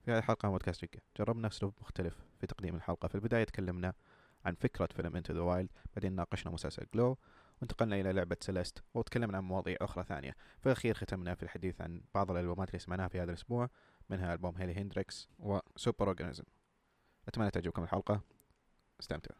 في هذه الحلقة من بودكاست جيجا جربنا أسلوب مختلف في تقديم الحلقة. في البداية تكلمنا عن فكرة فيلم Into the Wild، بعدين ناقشنا مسلسل جلو، وانتقلنا إلى لعبة سيليست، وتكلمنا عن مواضيع أخرى ثانية. في الأخير ختمنا في الحديث عن بعض الألبومات اللي سمعناها في هذا الأسبوع، منها ألبوم هيلي هندريكس وسوبر أورجانيزم. أتمنى تعجبكم الحلقة، استمتعوا.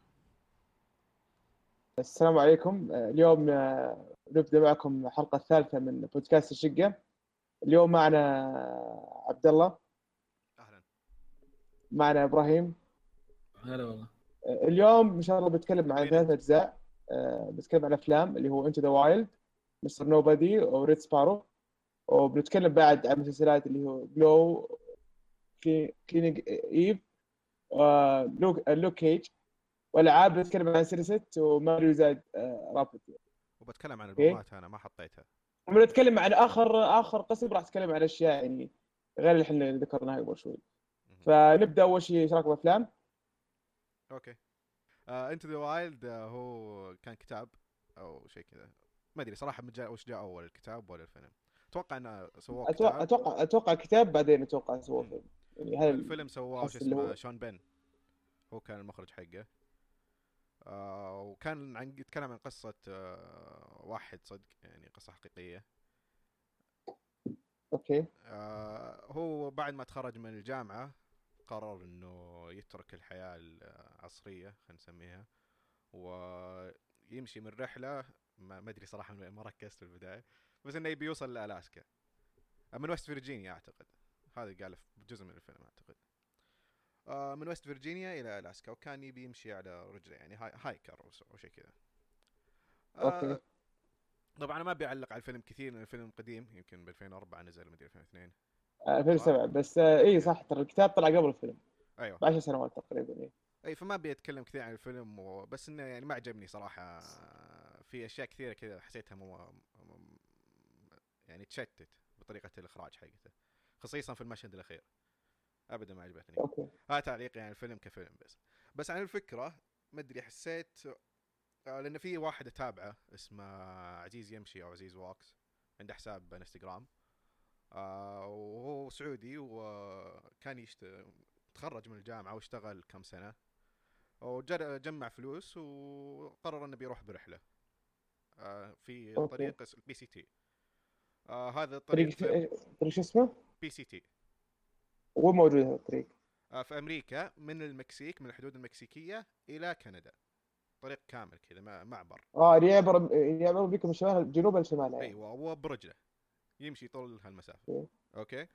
السلام عليكم. اليوم نبدأ معكم الحلقة الثالثة من بودكاست الشقة. اليوم معنا عبد الله، أهلا. معنا إبراهيم. هلا والله. اليوم إن شاء الله بتكلم عن 3 أجزاء. بتكلم عن أفلام اللي هو Into the Wild، Mr. Nobody وريد سبارو، وبنتكلم بعد عن مسلسلات اللي هو جلو، كينج إيف، لوك كيج، والألعاب بنتكلم عن سيرست وماريو زاد رابط. وبتكلم عن الألبومات أنا ما حطيتها. بنتكلم عن اخر قسم راح اتكلم عن اشياء يعني غير اللي احنا ذكرناها قبل شوي. فنبدا اول شيء ايش رايكم بالافلام؟ اوكي. Into the Wild هو كان كتاب او شيء كذا، ما ادري صراحه وش جاء اول، الكتاب ولا الفيلم. اتوقع انه سووه كتاب. اتوقع كتاب بعدين اتوقع سووه فيلم. يعني هذا الفيلم سواه شو اسمه شون بين، هو كان المخرج حقه. وكان يتكلم عن قصة واحد صدق، يعني قصة حقيقية. اوكي. هو بعد ما تخرج من الجامعة قرر انه يترك الحياة العصرية خلينا نسميها، ويمشي من رحلة ما ادري صراحة، ما ركزت في البداية، بس انه يبي يوصل لألاسكا من وست فيرجينيا اعتقد. هذا قال في جزء من الفيلم اعتقد. من وست فيرجينيا الى الاسكا، وكان يبي يمشي على رجله، يعني هايكر او شيء كذا. اوكي. طبعا انا ما بيعلق على الفيلم كثير، لان الفيلم قديم، يمكن ب 2004 نزل، مدري 2002 2007 بس. اي صح، ترى الكتاب طلع قبل الفيلم. ايوه ب10 سنوات تقريبا. اي فما بيتكلم كثير عن الفيلم بس انه يعني ما عجبني صراحه. في اشياء كثيره كذا حسيتها يعني تشتت بطريقه الاخراج حقته، خصيصا في المشهد الاخير ابدا ما عجبتني. هذا تعليقي يعني الفيلم كفيلم. بس عن الفكره ما ادري، حسيت لان في واحد اتابعه اسمه عزيز يمشي او عزيز واكس، عنده حساب انستغرام، وهو سعودي، وكان تخرج من الجامعه واشتغل كم سنه، وجمع فلوس وقرر انه بيروح برحله في طريق بي سي تي. هذا الطريق شو اسمه؟ بي سي تي. وين موجود هذا الطريق؟ في امريكا، من المكسيك، من الحدود المكسيكيه الى كندا، طريق كامل كذا معبر. يعبر بك من شمال الجنوب الى الشمال يعني. ايوه، وبرجله يمشي طول هالمسافه. اوكي.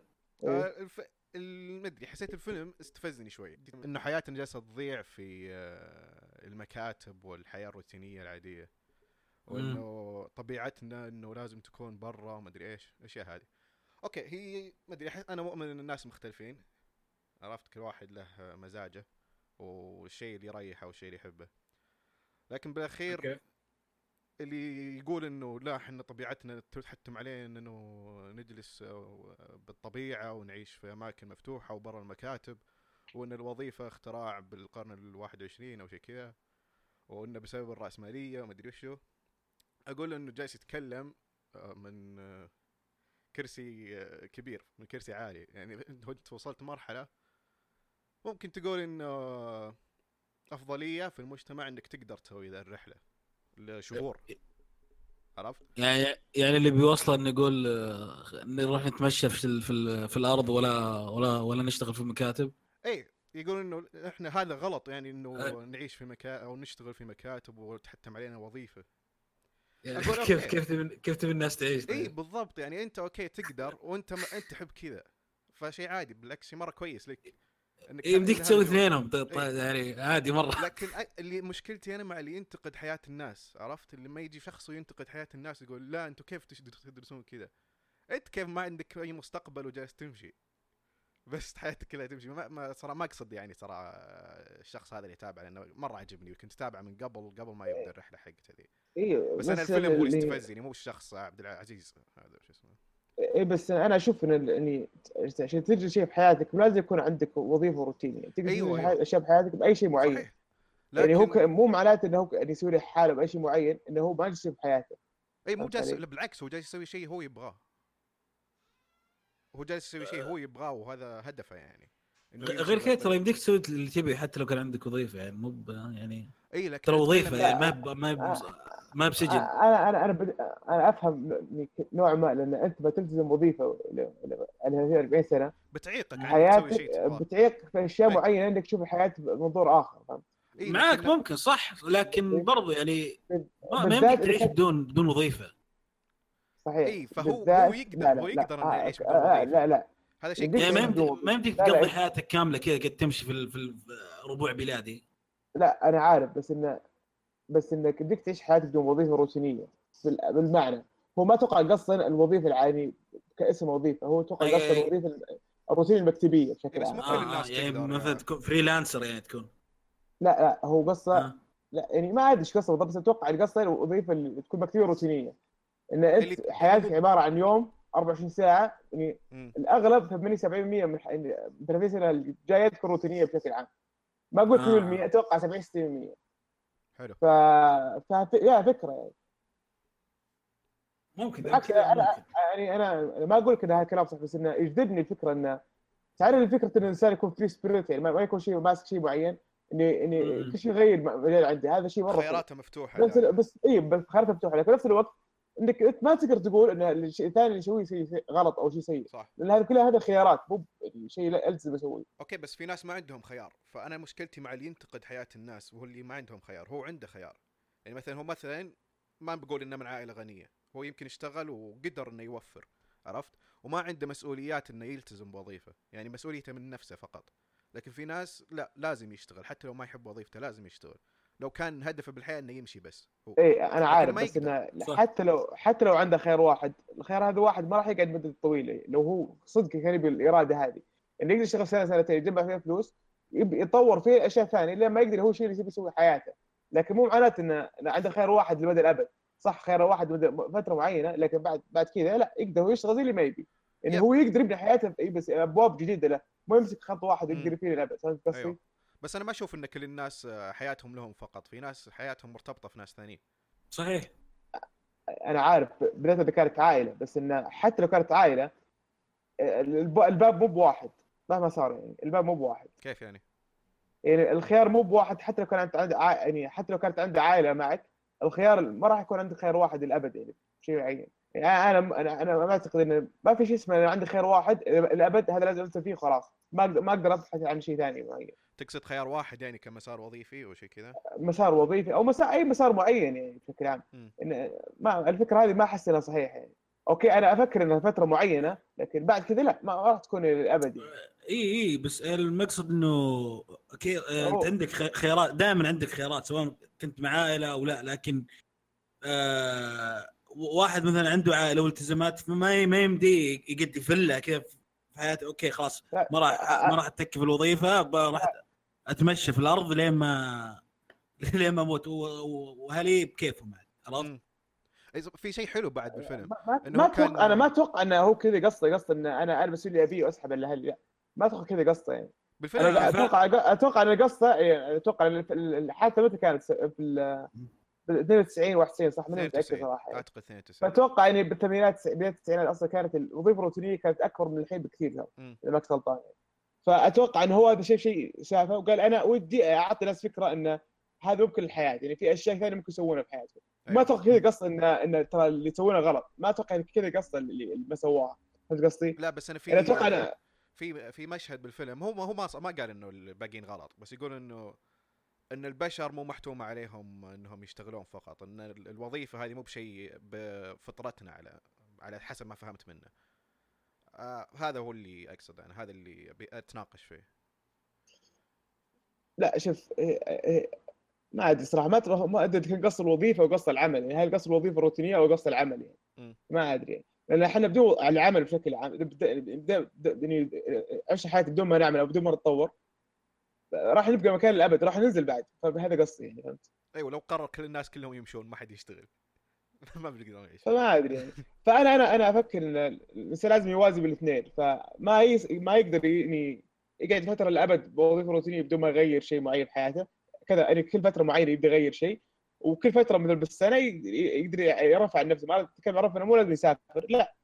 المدري حسيت الفيلم استفزني شوي، انه حياتنا جالسه تضيع في المكاتب والحياه الروتينيه العاديه، وانه طبيعتنا انه لازم تكون برا وما ادري ايش الاشياء هذه. اوكي، هي ما ادري، انا مؤمن ان الناس مختلفين، عرفت، كل واحد له مزاجه والشيء اللي يريحه والشيء اللي يحبه، لكن بالاخير اللي يقول انه لا احنا طبيعتنا تحتم علينا انه نجلس بالطبيعه ونعيش في اماكن مفتوحه وبرا المكاتب، وان الوظيفه اختراع بالقرن ال21 او شيء كذا، وانه بسبب الراسماليه وما ادري وشو، اقول انه جالس يتكلم من كرسي كبير، من كرسي عالي. يعني انت وصلت مرحله ممكن تقول انه افضليه في المجتمع انك تقدر تسوي ذا الرحله لشهور، عرفت؟ يعني اللي بيوصل نقول نروح نتمشى في الارض ولا نشتغل في مكاتب. اي يقول انه احنا هذا غلط، يعني انه نعيش في مكان او نشتغل في مكاتب وتحتم علينا وظيفه. يعني كيف تبي الناس تعيش؟ اي بالضبط، يعني انت اوكي تقدر، وانت انت تحب كذا، فشيء عادي، بالعكس مرة كويس لك انك يمديك تسوي اثنينهم. يعني عادي مره. لكن اللي مشكلتي انا مع اللي ينتقد حياة الناس، عرفت، اللي ما يجي شخص وينتقد حياة الناس يقول لا انتوا كيف تدرسون كذا، انت كيف ما عندك اي مستقبل وجالس تمشي بس حياتك كلها تمشي. ما صراحه ما اقصد يعني صراحه الشخص هذا اللي يتابع، لانه مره عجبني وكنت اتابعه من قبل ما يبدا الرحله حقته ذي. بس انا الفيلم هو اللي استفزني، مو الشخص عبد العزيز هذا شو اسمه. اي بس انا اشوف اني عشان تجري شيء في حياتك لازم يكون عندك وظيفه روتينيه، تقدر تسوي اشياء بحياتك باي شيء معين. صحيح. يعني هو مو معناته انه هو يعني يسوي له حاله باي شيء معين انه هو ما يجلس في حياته. اي مو جالس، بالعكس هو جالس يسوي شيء هو يبغاه. هو جالس يسوي شيء هو يبغاه وهذا هدفه يعني. غير كذا ترى يمديك تسوي اللي تبي حتى لو كان عندك وظيفه يعني مو يعني اي لكن ترى وظيفه يعني آه، ما بسجن. انا افهم نوع ما، لان انت بتلتزم وظيفه على 40 سنه بتعيقك عن انك تسوي حياتك، شيء تبغاه. بتعيق في اشياء أي. معينه انك تشوف الحياه بمنظور اخر، فهمت؟ إيه معاك لكن ممكن صح، لكن برضو يعني ما بالذات يمديك اذا تعيش كنت بدون وظيفه. صحيح، اي فهو بالذات يقدر، هو يقدر انه يعيش بدون وظيفه. لا هذا شيء يمديك يعني كويس تعيش عنده. بدون وظيفه. ما يمديك لا تقضي لا حياتك كامله كذا قد تمشي في ربوع بلادي. لا انا عارف، بس انك بدك تعيش حياتك بدون وظيفه روتينيه بالمعنى. هو ما توقع قصدا الوظيفه العادي كاسم وظيفه، هو توقع قصدا أي. الوظيفه الروتين المكتبيه إيه بشكل بس عام. مو كل الناس يعني تقدر مثلا تكون فريلانسر يعني تكون. لا هو قصه، آه. لا يعني ما ادري ايش قصه بالضبط، بس اتوقع القصه الوظيفه اللي تكون مكتبيه روتينيه، ان اللي انت حياتك مو عباره عن يوم 24 ساعه يعني. مم. الاغلب 80-70% من 30 سنه الجايه تكون روتينيه بشكل عام. ما اقول 100%، اتوقع 70-60%. حلو. يا فكره يعني. ممكن بالعكس كذا انا ممكن. يعني انا ما اقول لك ان هذا الكلام صح، بس انه يجذبني الفكره انه تعرف فكره ان الانسان يكون فري سبيريت، يعني ما يكون شيء ماسك شيء معين، اني كل شيء يغير مجال عندي. هذا شيء مره حلو. خياراته مفتوحه دائما. بس اي بس خيارات مفتوحه، لكن في نفس الوقت انك انت ما تقدر تقول ان الشيء الثاني اللي يسويه شيء غلط او شيء سيء، صح. لان هذه كلها هذه خيارات، مو شيء لا الزم اسويه. اوكي بس في ناس ما عندهم خيار، فانا مشكلتي مع اللي ينتقد حياه الناس وهو اللي ما عندهم خيار. هو عنده خيار، يعني مثلا هو مثلا ما بقول انه من عائله غنيه، هو يمكن يشتغل وقدر انه يوفر، عرفت، وما عنده مسؤوليات انه يلتزم بوظيفه، يعني مسؤوليته من نفسه فقط. لكن في ناس لا، لازم يشتغل حتى لو ما يحب وظيفته، لازم يشتغل لو كان هدفه بالحياه انه يمشي بس هو. اي انا لكن عارف، ما بس يقدر. انه صح. حتى لو عنده خيار واحد، الخيار هذا واحد ما راح يقعد مده طويله. لو هو صدق كان يبي الاراده هذه انه يقدر يشتغل سنه سنتين يجمع فيها فلوس، يطور فيه اشياء ثانيه لين ما يقدر هو الشيء اللي يبي يسوي حياته. لكن مو معناته انه عنده خيار واحد لمدى الابد. صح، خيار واحد لمدى فتره معينه، لكن بعد كذا لا، يقدر هو يشتغل زي اللي ما يبي. انه يب. هو يقدر يبني حياته بس ابواب جديده له، مو يمسك خط واحد ويقدر فيه للابد. فهمت قصدي؟ ايوه بس انا ما اشوف ان كل الناس حياتهم لهم فقط، في ناس حياتهم مرتبطه في ناس ثانيين. صحيح. انا عارف بالذات اذا كانت عائله، بس انه حتى لو كانت عائله الباب مو بواحد مهما صار، يعني الباب مو بواحد. كيف يعني؟ يعني الخيار مو بواحد، حتى لو كانت يعني حتى لو كانت عندي عائله معك، الخيار ما راح يكون عندك خيار واحد للابد يعني شيء معين. يعني انا ما اعتقد انه ما في شيء اسمه أنا عندي خيار واحد الابد، هذا لازم انت فيه خلاص، ما اقدر ابحث عن شيء ثاني معين. تقصد خيار واحد يعني كمسار وظيفي او شيء كذا؟ مسار وظيفي او اي مسار معين يعني بشكل عام. إن ما الفكره هذه ما احس انها صحيحه يعني. اوكي انا افكر انها فتره معينه، لكن بعد كذا لا، ما راح تكون للابد يعني. اي بس المقصد انه اوكي انت هو عندك خيارات، دائما عندك خيارات سواء كنت مع عائله او لا. لكن واحد مثلا عنده عائله والتزامات، فما يمدي يقدي فله كذا في حياته. اوكي خلاص لا ما راح اتك في الوظيفه، راح اتمشى في الارض لين ما اموت وهلي بكيفهم يعني. عرفت؟ في شيء حلو بعد بالفيلم انه ما هو كان اتوقع، انا ما اتوقع انه هو كذا قصه ان انا البس اللي ابيه واسحب الاهل، لا ما اتوقع كذا قصه يعني. بالفيلم انا اتوقع ان القصه يعني، اتوقع ان الحادثه متى كانت في 92 91 صح؟ ماني متاكد 92 صراحه يعني. اعتقد 92. فاتوقع يعني بالثمانينات بدايه التسعينات اصلا كانت الوظيفه الروتينيه كانت اكبر من الحين بكثير اذا ما كنت غلطان يعني. فاتوقع انه هو هذا شيء شافه وقال انا ودي اعطي الناس فكره انه هذا ممكن الحياه، يعني في اشياء ثانيه ممكن يسوونها في حياتهم. ما اتوقع كذا قصه ان ترى اللي يسوونه غلط. ما اتوقع كذا قصه اللي ما سووها. فهمت قصدي؟ لا بس انا يعني اتوقع انا في مشهد بالفيلم هو ما قال انه الباقيين غلط، بس يقول انه ان البشر مو محتوم عليهم انهم يشتغلون فقط، ان الوظيفه هذه مو بشيء بفطرتنا على حسب ما فهمت منه. هذا هو اللي اقصد، يعني هذا اللي اتناقش فيه. لا شوف ما ادري صراحه، ما ادري كان قص الوظيفه وقص العمل، يعني هل قص الوظيفه الروتينيه او قص العمل يعني. ما ادري يعني. لان احنا بدون على العمل بشكل عام يعني عيش حياتي بدون ما نعمل او بدون ما نتطور راح نبقى مكان الابد، راح ننزل بعد. فهذا قصدي يعني. فهمت؟ ايوه لو قرر كل الناس كلهم يمشون ما حد يشتغل ما بيقدرون يعيش. فما ادري يعني. فانا افكر ان الانسان لازم يوازي بالاثنين. ما يقدر يعني يقعد فتره للابد بوظيفه روتينيه بدون ما يغير شيء معين في حياته كذا. يعني كل فتره معينه يبدا يغير شيء، وكل فتره مثل بالسنه يقدر يرفع عن نفسه. ما اتكلم عن رفع، مو لازم يسافر لا،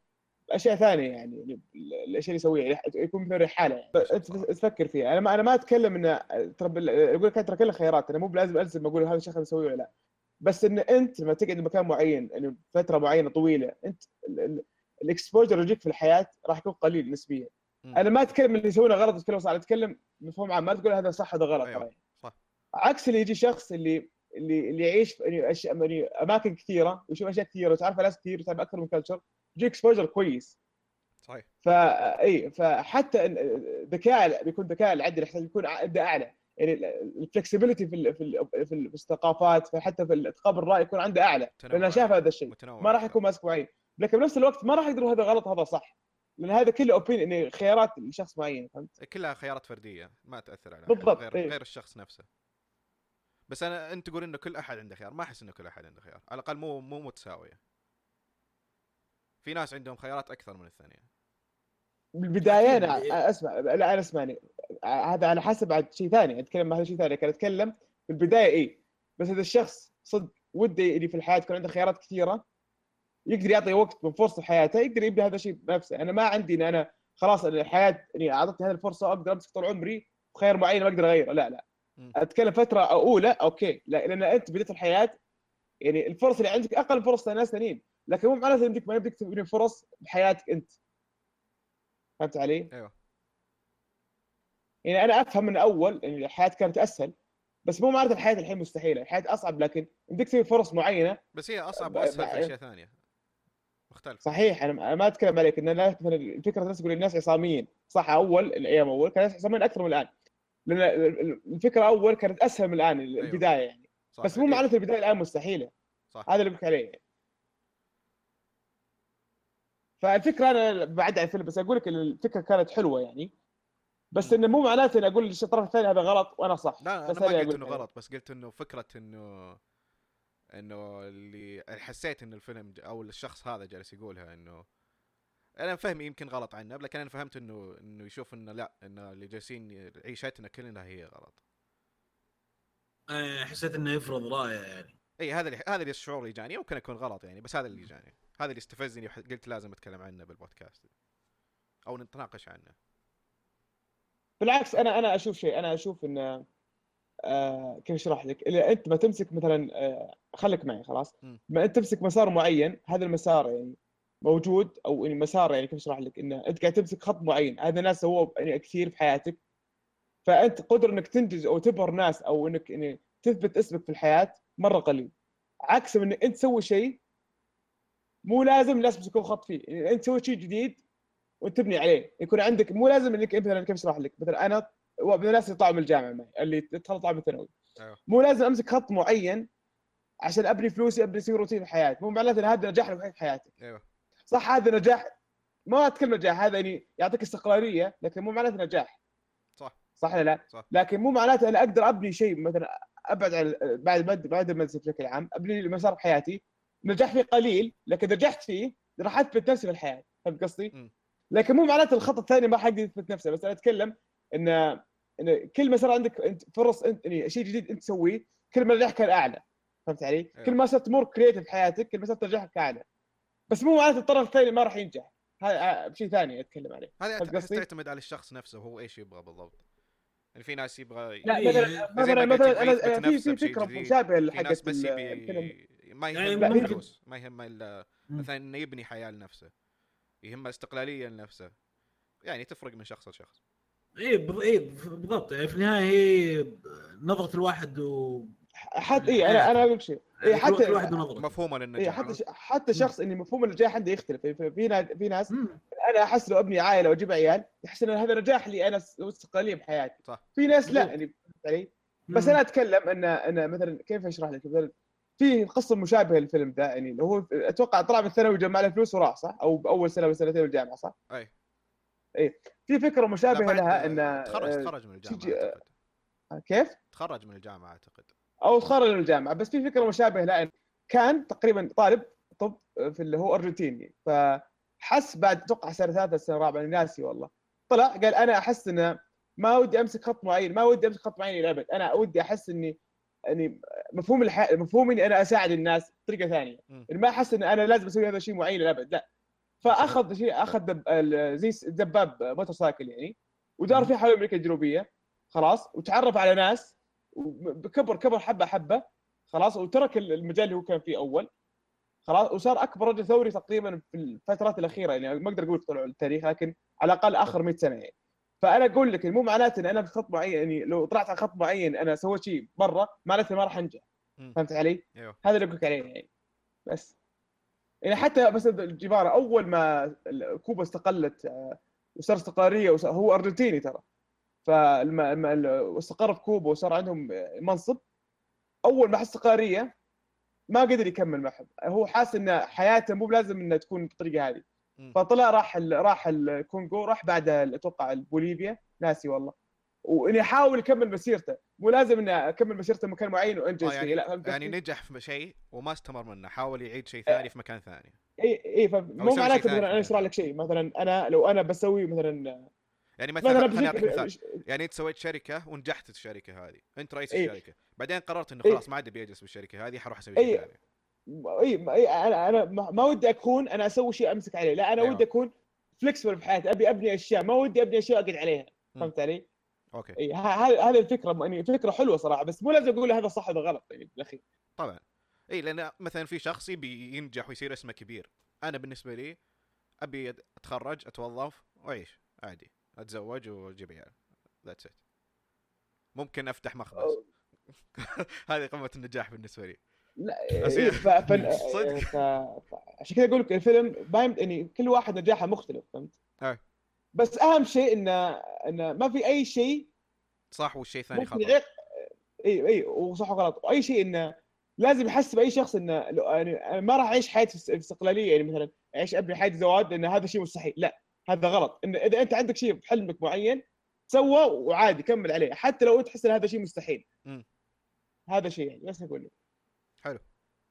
اشياء ثانيه يعني الاشياء اللي يسويها يعني يكون مثل رحاله يعني. انت تفكر فيها. انا ما اتكلم ان اقول لك ترى كل خيارات، انا مو بلازم الزم اقول هذا الشخص يسويه ولا لا، بس ان انت لما تقعد مكان معين يعني فتره معينه طويله، انت الاكسبوجر يجيك في الحياه راح يكون قليل نسبيا. انا ما اتكلم اللي يسوونه غلط، اتكلم صح، اتكلم مفهوم عام، ما تقول هذا صح هذا غلط. أيوة. صح. عكس اللي يجي شخص اللي يعيش في يعني اماكن كثيره ويشوف اشياء كثيره وتعرف ناس كثير وتعرف اكثر من كلتشر، يجي اكسبوجر كويس. صحيح. فحتى الذكاء بيكون ذكاء العدل يحتاج يكون عنده اعلى، يعني الفلكسبيتي في الثقافات، فحتى في تقابل الراي يكون عنده اعلى، لان انا شايف هذا الشيء ما راح يكون ماسك معين. لكن بنفس الوقت ما راح يقدروا هذا غلط هذا صح، لان هذا كله اوبين يعني خيارات لشخص معين، فهمت؟ كلها خيارات فرديه ما تاثر على بالضبط. غير الشخص نفسه. بس انت تقول انه كل احد عنده خيار، ما احس انه كل احد عنده خيار، على الاقل مو متساويه. في ناس عندهم خيارات اكثر من الثانيه. بالبدايه انا اسمع، لا انا اسمعني، هذا على حسب عاد شيء ثاني، اتكلم عن شيء ثاني. كان اتكلم في البدايه بس اذا الشخص صدق وده اللي في الحياه يكون عنده خيارات كثيره، يقدر يعطي وقت من فرصه حياته، يقدر يبدا هذا الشيء بنفسه. انا ما عندي ان انا خلاص الحياه يعني اعطتني هذه الفرصه اقدر امسك طول عمري بخيار معين ما اقدر اغيره، لا اتكلم فتره اولى اوكي، لان انت بديت الحياه يعني الفرص اللي عندك اقل فرص ناس ثانيين، لكن مو معناته انك ما بدك تبني فرص بحياتك انت. فهمت علي؟ ايوه. يعني انا افهم من اول ان الحياه كانت اسهل، بس مو معناته الحياه الحين مستحيله، الحياه اصعب، لكن بدك تسوي فرص معينه. بس هي اصعب واسهل في اشياء ثانيه مختلفه. صحيح، انا ما اتكلم عليك ان انا الفكره الناس تقول الناس عصاميين، صح. اول الايام اول كان الناس عصاميين اكثر من الان، لان الفكره اول كانت اسهل من الان البدايه يعني. صح. بس مو معناته البدايه الان مستحيله. صح. هذا اللي بحكي عليه يعني. فالفكره انا بعد عن الفيلم بس اقول لك الفكره كانت حلوه يعني، بس انه مو معناته اني اقول الطرف الثاني هذا غلط وانا صح. لا بس انا ما قلت انه يعني. غلط، بس قلت انه فكره انه اللي حسيت انه الفيلم او الشخص هذا جالس يقولها، انه انا فهمي يمكن غلط عنه، لكن انا فهمت انه يشوف انه لا، انه اللي جالسين عيشتنا كلنا هي غلط. حسيت انه يفرض رايه يعني. اي هذا اللي الشعور اللي جاني، ممكن يكون غلط يعني، بس هذا اللي جاني، هذا اللي استفزني قلت لازم اتكلم عنه بالبودكاست او نتناقش عنه. بالعكس انا اشوف شيء، انا اشوف ان كيف اشرح لك، اذا انت ما تمسك مثلا خليك معي خلاص، ما انت تمسك مسار معين، هذا المسار يعني موجود، او يعني مسار يعني كيف اشرح لك، ان انت قاعد تمسك خط معين، هذا الناس سووه يعني كثير في حياتك، فانت قدر انك تنجز او تبهر ناس او انك يعني تثبت اسمك في الحياه مره قليل. عكس من انت تسوي شيء مو لازم الناس يمسكون خط فيه، يعني انت تسوي شيء جديد وتبني عليه، يكون عندك مو لازم انك مثلا كيف اشرح لك، مثلا انا من الناس اللي طلعوا من الجامعه معي اللي طلعوا من الثانوي، مو لازم امسك خط معين عشان ابني فلوسي، ابني اسوي روتين في حياتي، مو معناته ان هذا نجاح الوحيد في حياتك. ايوه صح، هذا نجاح، ما اتكلم نجاح، هذا يعني يعطيك استقلاليه، لكن مو معناته نجاح. صح ولا لا؟ صح. لكن مو معناته انا اقدر ابني شيء مثلا ابعد عن بعد المدرسه بشكل عام، ابني مسار في حياتي نجاح فيه قليل، لكن نجحت فيه راح اثبت نفسي في الحياه. فهمت قصدي؟ لكن مو معناته الخط الثاني ما حقدر يثبت نفسه، بس انا اتكلم ان كل ما صار عندك انت فرص، انت يعني شيء جديد انت تسويه، كل ما نجاحك كان اعلى. فهمت علي؟ أيوه. كل ما صرت مور كريتيف في حياتك، كل ما صرت نجاحك اعلى، بس مو معناته الطرف الثاني ما راح ينجح، هذا بشيء ثاني اتكلم عليه. هذا تعتمد على الشخص نفسه وهو ايش يبغى بالضبط. يعني في ناس يبغى لا مثلا انا في فكره مشابهه لحقت بس ما يهم يعني الفلوس، ما يهم الا مثلا انه يبني حياه لنفسه، يهمه استقلاليه لنفسه، يعني تفرق من شخص لشخص. ايه بالضبط، يعني في النهايه هي نظره الواحد حتى انا اقول شيء حتى الواحد ونظرته مفهومه للنجاح. حتى شخص اني مفهوم النجاح عنده يختلف. في ناس انا احس لو ابني عائله واجيب عيال يحس ان هذا نجاح لي انا استقلاليه بحياتي. صح. في ناس لا يعني علي. بس انا اتكلم ان مثلا كيف اشرح لك، مثلا في قصه مشابهه للفيلم ذا، يعني هو اتوقع طلع من الثانوي وجمع له فلوس وراح، صح؟ او باول سنه وسنتين بالجامعه، صح؟ اي في فكره مشابهه لها ان تخرج من الجامعه اعتقد. كيف تخرج من الجامعه اعتقد، او تخرج من الجامعه، بس في فكره مشابهه لها، كان تقريبا طالب طب في اللي هو ارجنتيني، فحس بعد اتوقع سنه ثالثه سنه رابعه ناسي والله، طلع قال انا احس ان ما ودي امسك خط معين، ما ودي امسك خط معين الى الابد، انا ودي احس اني يعني مفهوم اني انا اساعد الناس بطريقه ثانيه، يعني ما احس ان انا لازم اسوي هذا الشيء معين الابد، لا فاخذ شيء، اخذ زي دباب موتور سايكل يعني، ودار فيه حول امريكا الجنوبيه خلاص، وتعرف على ناس كبر حبه حبه خلاص، وترك المجال اللي هو كان فيه اول خلاص، وصار اكبر رجل ثوري تقريبا في الفترات الاخيره يعني، ما اقدر اقول طلع التاريخ لكن على الاقل اخر 100 سنه يعني. فانا اقول لك مو معناته ان انا في خط معين يعني لو طلعت على خط معين انا سويت شيء برا معناته ما راح انجح. فهمت علي؟ ايوه هذا اللي اقول لك عليه يعني. بس يعني حتى بس الجبارة اول ما كوبا استقلت وصار استقلاليه، هو ارجنتيني ترى، واستقر في كوبا وصار عندهم منصب، اول ما حس استقلاليه ما قدر يكمل معهم، هو حاس ان حياته مو لازم انها تكون بالطريقه هذه، فطلع راح الكونغو، راح بعد اتوقع بوليفيا ناسي والله، وانه يحاول يكمل مسيرته، مو لازم انه اكمل مسيرته مكان معين وانجز يعني فيه، لا يعني نجح في شيء وما استمر منه، حاول يعيد شيء ثاني في مكان ثاني. اي مو يسوي معناته شيء ثاني مثلا في انا مكان اشرح لك شيء، مثلا انا لو انا بسوي مثلا يعني مثلا خليني بشيك اعطيك مثال، يعني انت سويت شركه ونجحت الشركه هذه، انت رئيس اي الشركه، بعدين قررت انه اي خلاص ما عاد بيجلس بالشركه هذه، حروح اسوي شيء اي ثاني. اي انا ما ودي اكون انا اسوي شيء امسك عليه، لا انا ودي ايوه اكون فلكسبل في حياتي، ابي ابني اشياء، ما ودي ابني اشياء اقعد عليها. فهمت علي؟ اوكي اي هذه الفكره يعني فكره حلوه صراحه، بس مو لازم اقول هذا صح ولا غلط يعني بالاخير. طبعا. اي لان مثلا في شخص يبي ينجح ويصير اسمه كبير، انا بالنسبه لي ابي اتخرج اتوظف واعيش عادي، اتزوج واجيب عيال، ذاتس ات، ممكن افتح مخبز هذه قمه النجاح بالنسبه لي. لا أزين. اي صدق. عشان كذا اقول لك الفيلم باين يعني كل واحد نجاحه مختلف، فهمت؟ أي. بس اهم شيء انه ما في اي شيء صح والشيء الثاني ممكن خطا. يعيق. اي وصح وغلط، واي شيء انه لازم يحسب اي شخص انه يعني أنا ما راح اعيش حياتي في استقلاليه، يعني مثلا اعيش ابني حياتي زواج لان هذا شيء مستحيل، لا هذا غلط. ان اذا انت عندك شيء في حلمك معين سوى وعادي كمل عليه حتى لو انت تحس ان هذا شيء مستحيل. هذا شيء يعني بس اقول لك. حلو.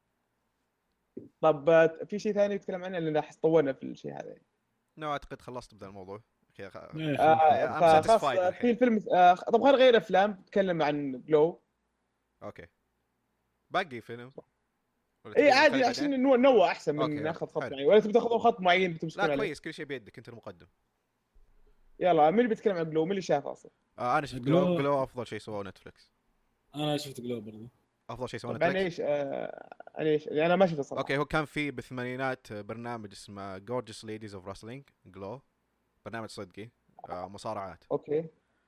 طب في شيء ثاني نتكلم عنه لان احس طولنا في الشيء هذا يعني. اعتقد خلصت بهذا الموضوع. فخلاص في الفيلم طب خلينا نغير افلام، نتكلم عن جلو. اوكي باقي فيلم اي عادي عشان نوع احسن من أوكي. ناخذ خط معين، ولا تبي تاخذ خط معين بتمسكون لا عليه؟ كويس كل شيء بيدك، انت المقدم. يلا مين اللي بيتكلم عن جلو؟ مين اللي شافه اصلا؟ انا شفت جلو افضل شيء سواه نتفلكس. انا شفت جلو برضه افضل شيء سواه نتفلكس. انا ايش انا ما شفته صراحه. اوكي هو كان في بالثمانينات برنامج اسمه Gorgeous Ladies of Wrestling جلو، برنامج صدقي مصارعات. اوكي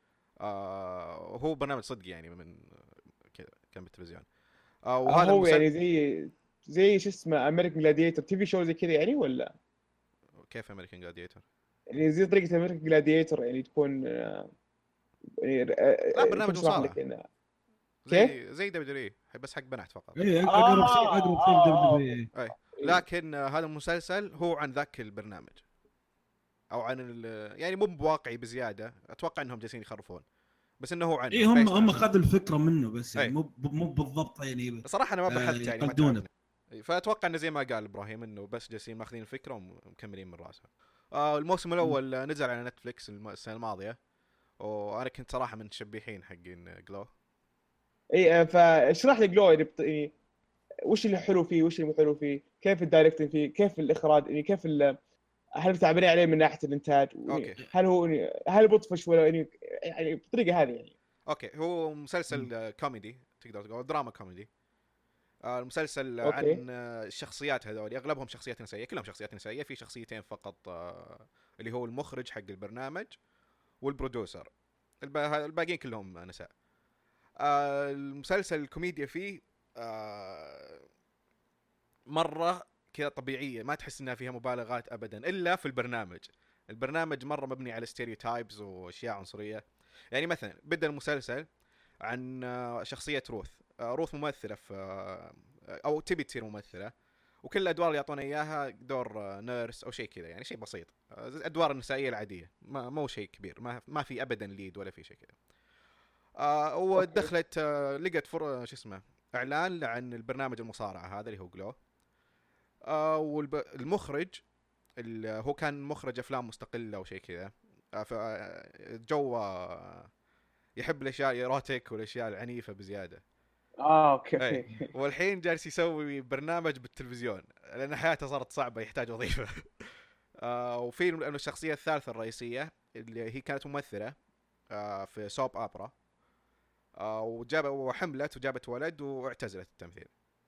هو برنامج صدقي يعني من كذا كان بالتلفزيون. وهذا هو يعني زي شو اسمه امريكان جلاديتور تي في شو زي كذا يعني ولا كيف امريكان جلاديتور؟ يعني زي طريقه امريكان جلاديتور يعني تكون يعني لا برنامج مصارعه زي دبليو بس حق بنات فقط. اي اقرب شيء دبليو. لكن هذا المسلسل هو عن ذاك البرنامج او عن يعني مو بواقعي بزياده، اتوقع انهم جالسين يخرفون بس انه هو عنه. اي هم خذوا الفكره منه بس يعني مو بالضبط يعني. صراحه انا ما بحثت يعني ما تعرفني. فاتوقع انه زي ما قال ابراهيم انه بس جالسين ماخذين الفكره ومكملين من راسها. الموسم الاول نزل على نتفليكس السنه الماضيه، وانا كنت صراحه من شبيحين حقين جلو. اي فاشرح لي جلو يعني وش اللي حلو فيه وش اللي مو حلو فيه، كيف الدايركتنج فيه، كيف الاخراج يعني كيف هل تعبرين عليه من ناحيه الانتاج؟ هل هو هل بطفش ولا يعني بالطريقه هذه يعني؟ اوكي هو مسلسل كوميدي تقدر تقول دراما كوميدي. المسلسل عن الشخصيات هذول اغلبهم شخصيات نسائيه، كلهم شخصيات نسائيه، في شخصيتين فقط اللي هو المخرج حق البرنامج والبرودوسر، الباقيين كلهم نساء. المسلسل الكوميديا فيه مره كذا طبيعيه، ما تحس انها فيها مبالغات ابدا الا في البرنامج مره مبني على ستيريوتايبز واشياء عنصريه. يعني مثلا بدا المسلسل عن شخصيه روث ممثله في او تبي تصير ممثله، وكل الادوار اللي يعطونا اياها دور نيرس او شيء كذا، يعني شيء بسيط، ادوار النسائيه العاديه، ما شيء كبير، ما في ابدا ليد ولا في شيء كذا. ودخلت لقت شو اسمه اعلان عن البرنامج المصارعه هذا اللي هو جلو. والمخرج اللي هو كان مخرج افلام مستقله او شيء كذا، جو يحب الاشياء ايروتيك والاشياء العنيفه بزياده. اوكي والحين جالس يسوي برنامج بالتلفزيون لان حياته صارت صعبه، يحتاج وظيفه. وفي الشخصيه الثالثه الرئيسيه اللي هي كانت ممثله في سوب اوبرا، وحملت وجابت ولد واعتزلت التمثيل.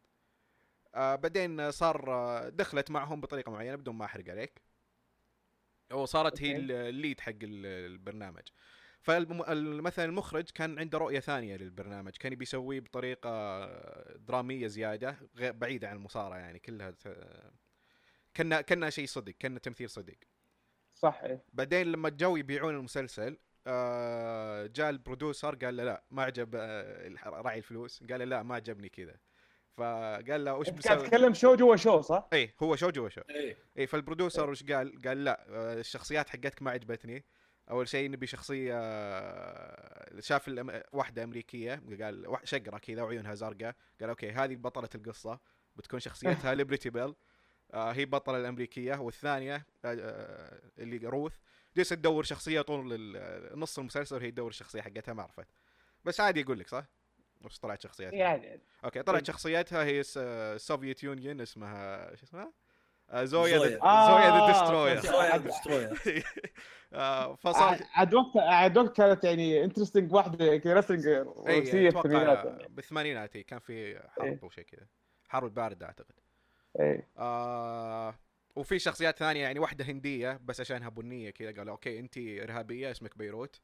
بعدين صار دخلت معهم بطريقه معينه بدون ما احرق عليك، وصارت هي الليد حق البرنامج. فمثلا المخرج كان عنده رؤيه ثانيه للبرنامج، كان بيسويه بطريقه دراميه زياده بعيده عن المصارعه، يعني كلها كنا شيء صدق، كنا تمثيل صدق. صح إيه. بعدين لما جو يبيعون المسلسل جاء البرودوسر قال له لا ما عجب راعي الفلوس، قال له لا ما عجبني كذا، فقال له وش كان بسوي؟ تتكلم شو جوا شو صح؟ اي هو شو جوا شو. اي فالبرودوسر وش قال لا الشخصيات حقتك ما عجبتني. اول شيء نبي شخصيه شاف واحده امريكيه قال شقره كذا وعيونها زرقاء، قال اوكي هذه بطله القصه بتكون شخصيتها ليبرتي بيل، هي بطله الامريكيه. والثانيه اللي روث جالسه تدور شخصيه طول نص المسلسل، وهي تدور الشخصيه حقتها ما عرفت، بس عادي يقول لك صح وش طلعت شخصيتها يعني اوكي طلعت شخصيتها هي السوفيت يونيون، اسمها شو اسمها زويا ذا دستروير. فصار عاد وقت كانت يعني انترستنج واحده رسلينج روسيه في الثمانينات، بالثمانينات كان في حرب وشيء كذا، حرب البارده اعتقد. ايه وفي شخصيات ثانيه يعني واحده هنديه بس عشانها بنيه كذا قالوا اوكي انت ارهابيه اسمك بيروت.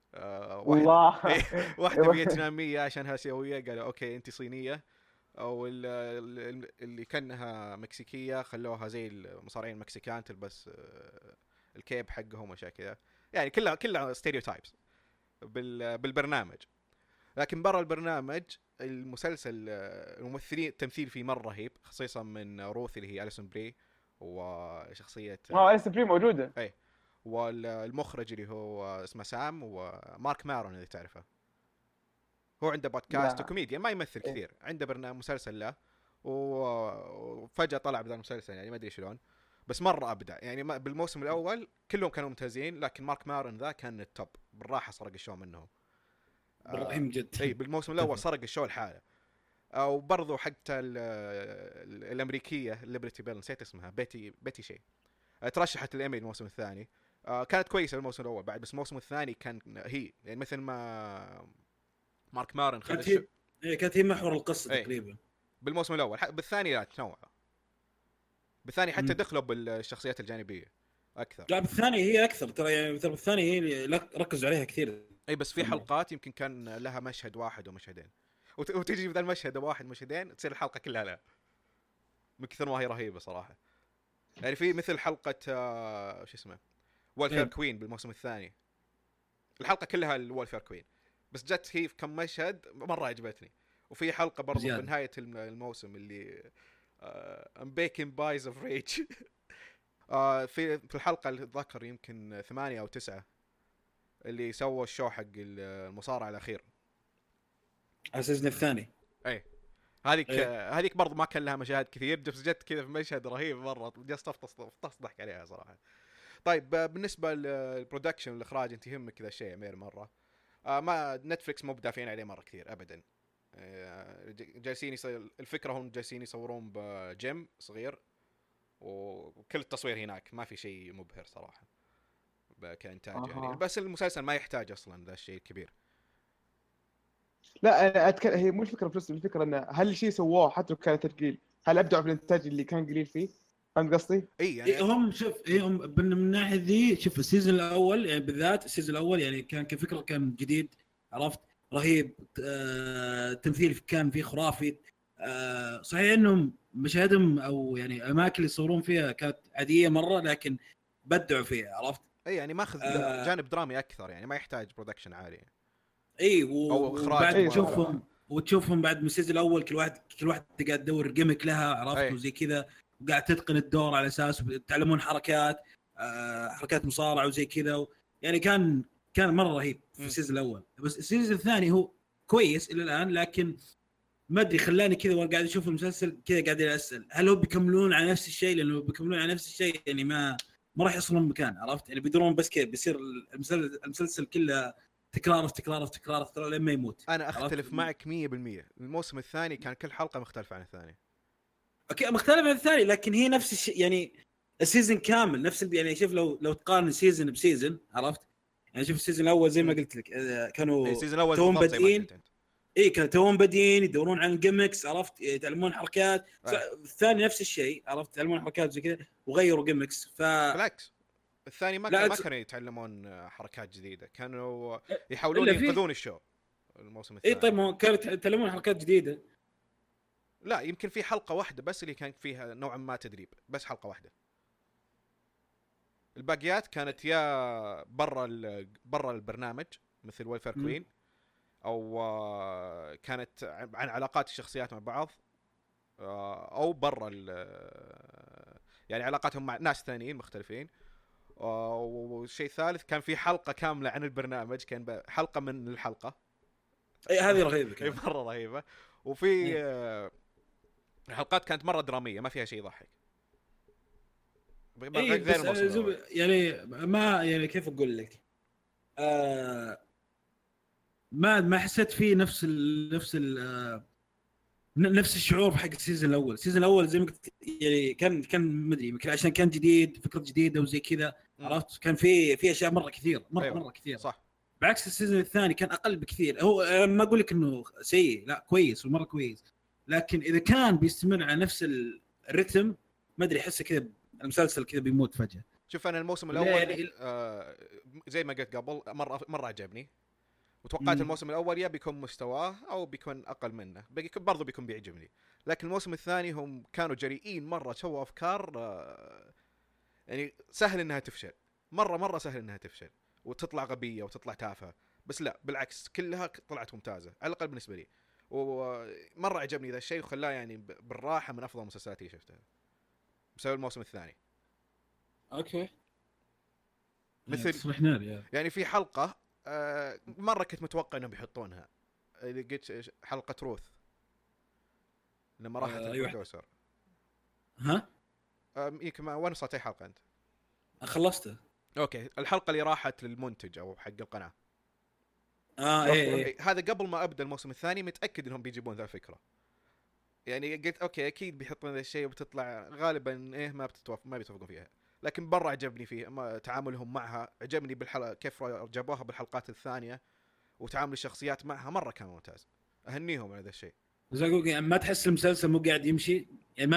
واحده فيتناميه عشانها اسيويه قالوا اوكي انت صينيه. او اللي كانها مكسيكيه خلوها زي المصارعين المكسيكان تلبس الكيب حقهم وشيء كذا، يعني كلها ستيريوتايبس بالبرنامج. لكن برا البرنامج المسلسل الممثلين التمثيل فيه مره رهيب، خصيصا من روث اللي هي أليسون بري وشخصيه أليسون بري موجوده. اي والمخرج اللي هو اسمه سام، ومارك مارون اللي تعرفه، هو عنده بودكاست وكوميديا ما يمثل كثير، عنده برنامج مسلسل له وفجأة طلع بهذا المسلسل يعني ما ادري شلون، بس مرة ابدع يعني. بالموسم الاول كلهم كانوا ممتازين، لكن مارك مارون ذا كان التوب بالراحة، سرق الشو منه بالرحيم جد. اي بالموسم الاول سرق الشو الحالة. وبرضو حقت الامريكية ليبرتي بيل نسيت اسمها، بيتي شيء، ترشحت الايمي الموسم الثاني. كانت كويسة الموسم الاول بعد، بس الموسم الثاني كان هي يعني مثل ما مارك مارن كانت هي محور القصة تقريبا بالموسم الأول. بالثاني لا تنوع، بالثاني حتى دخلوا بالشخصيات الجانبية أكثر. لا بالثاني هي أكثر ترى، يعني بالثاني هي اللي ركزوا عليها كثير. أي بس في حلقات يمكن كان لها مشهد واحد ومشهدين، وتجي بدل مشهد واحد مشهدين تصير الحلقة كلها لها من كثر ما هي رهيبة صراحة. يعني في مثل حلقة شو اسمه وولفير كوين بالموسم الثاني، الحلقة كلها الوولفير كوين، بس جت هي في كم مشهد مرة عجبتني. وفي حلقة برضو في نهاية الموسم اللي I'm baking pies of rage. في الحلقة اللي اتذكر يمكن 8 أو 9 اللي سووا الشو حق المصارع الأخير على السيزون الثاني. أي هذيك برضو ما كان لها مشاهد كثير، بس جت كذا في مشهد رهيب مرة، جلست تصدح عليها صراحة. طيب بالنسبة للبرودكشن والإخراج أنت يهمك كذا شيء أمير مرة؟ ما نتفليكس مو بدافعين عليه مرة كثير أبدا. جالسين الفكرة هم جالسين يصورون بجيم صغير، وكل التصوير هناك ما في شيء مبهر صراحة كإنتاج يعني. بس المسلسل ما يحتاج أصلا ذا الشيء الكبير. لا أنا هي مش فكرة فلوس، الفكرة إنه هل الشيء سووه حتى لو كان تثقيل، هل أبدعوا في الإنتاج اللي كان قليل فيه؟ فهمت قصدي؟ يعني هم شوف هم من ناحية ذي، شوف السيزون الأول يعني بالذات السيزون الأول يعني كان كفكرة كان جديد، عرفت رهيب، التمثيل كان فيه خرافي. صحيح إنهم مشاهدهم أو يعني أماكن اللي يصورون فيها كانت عادية مرة، لكن بدعوا فيها، عرفت؟ يعني ماخذ جانب درامي أكثر، يعني ما يحتاج برودكشن عالي. وبعد تشوفهم بعد من السيزون الأول كل واحد قاعد تدور جيمك لها، عرفت وزي كذا، وقاعد تتقن الدور على أساس تعلمون حركات مصارعة وزي كذا. يعني كان مرة رهيب في السيزون الأول. بس السيزون الثاني هو كويس إلى الآن، لكن ما أدري خلاني كذا وأنا قاعد أشوف المسلسل كذا قاعد أسأل هل هو بيكملون على نفس الشيء؟ لأنه بيكملون على نفس الشيء يعني ما راح يصلون مكان، عرفت؟ يعني بيدورون بس كذا بيصير المسلسل كله تكرار لما يموت. أنا أختلف معك 100%. الموسم الثاني كان كل حلقة مختلفة عن الثاني. أوكي مختلف عن الثاني، لكن هي نفس الشيء يعني السيزون كامل نفس يعني شوف لو تقارن سيزون بسيزون عرفت يعني شوف السيزون الاول زي ما قلت لك كانوا السيزون الاول توم بالضبط زي ما بادئين قلت انت. كانوا توم بادئين يدورون عن جيمكس عرفت يتعلمون حركات الثاني نفس الشيء عرفت يتعلمون حركات زي كذا وغيروا جيمكس بالعكس الثاني ما كانوا يتعلمون حركات جديده كانوا يحاولون ينقذون الشو الموسم الثاني. طيب ما كانوا يتعلمون حركات جديده لا يمكن في حلقه واحده بس اللي كان فيها نوعا ما تدريب بس حلقه واحده الباقيات كانت يا برا البرنامج مثل ويلفير كوين او كانت عن علاقات الشخصيات مع بعض او برا يعني علاقاتهم مع ناس ثانيين مختلفين. وشيء ثالث كان في حلقه كامله عن البرنامج كان حلقه من الحلقه هذه رهيبه مره رهيبه. وفي الحلقات كانت مره دراميه ما فيها شيء يضحك غير يعني ما يعني كيف اقول لك ما حسيت فيه نفس الشعور حق السيزون الاول زي ما قلت يعني كان مدري يمكن عشان كان جديد فكره جديده وزي كذا عرفت كان في اشياء مره كثير مره كثير صح. بعكس السيزون الثاني كان اقل بكثير. هو ما اقول لك انه سيء لا كويس ومره كويس لكن اذا كان بيستمر على نفس الريتم ما ادري احسه كذا المسلسل كذا بيموت فجاه. شوف انا الموسم الاول زي ما قلت قبل مره عجبني وتوقعت الموسم الاول يا بيكون مستواه او بيكون اقل منه برضو بيكون بيعجبني لكن الموسم الثاني هم كانوا جريئين مره سووا افكار يعني سهل انها تفشل مره سهل انها تفشل وتطلع غبيه وتطلع تافهه بس لا بالعكس كلها طلعت ممتازه على الاقل بالنسبه لي ومره عجبني ذا الشيء وخلاه يعني بالراحه من افضل المسلسلات اللي شفتها بسبب الموسم الثاني. اوكي مثل يعني في حلقه مره كنت متوقع انهم بيحطونها اللي قلت حلقه روث لما راحت البرودوسر ها يمكن وين صارت اي حلقه انت خلصته اوكي الحلقه اللي راحت للمنتج او حق القناه إيه. هذا قبل ما ابدا الموسم الثاني متاكد انهم بيجيبون ذا الفكره يعني قلت اوكي اكيد بيحطون ذا الشيء وبتطلع غالبا ما بيتوافقون فيها لكن برا عجبني فيه تعاملهم معها عجبني بالحلقه كيف جابوها بالحلقات الثانيه وتعامل الشخصيات معها مره كان ممتاز اهنيهم على ذا الشيء. زي اقول يعني ما تحس المسلسل مو قاعد يمشي يعني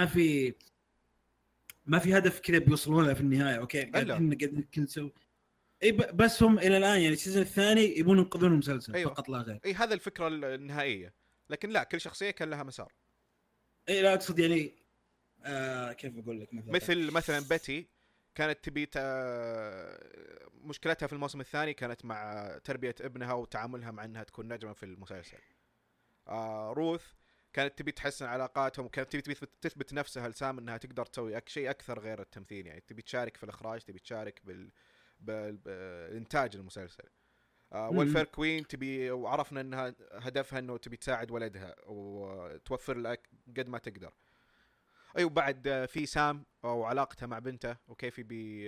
ما في هدف كذا بيوصلون له في النهايه اوكي قاعدين نسوي بس هم الى الان يعني السيزون الثاني يبون ينقذون المسلسل أيوة. فقط لا غير. هذا الفكره النهائيه لكن لا كل شخصيه كان لها مسار. لا اقصد يعني كيف اقول لك مثلا بيتي كانت تبي مشكلتها في الموسم الثاني كانت مع تربيه ابنها وتعاملها مع انها تكون نجمه في المسلسل. روث كانت تبي تحسن علاقاتهم وكانت تبي تثبت نفسها لسام انها تقدر تسوي شيء اكثر غير التمثيل يعني تبي تشارك في الاخراج تبي تشارك بالانتاج المسلسل. ويلفير كوين تبي وعرفنا انها هدفها انه تبي تساعد ولدها وتوفر له قد ما تقدر. بعد في سام وعلاقتها مع بنته وكيف يبي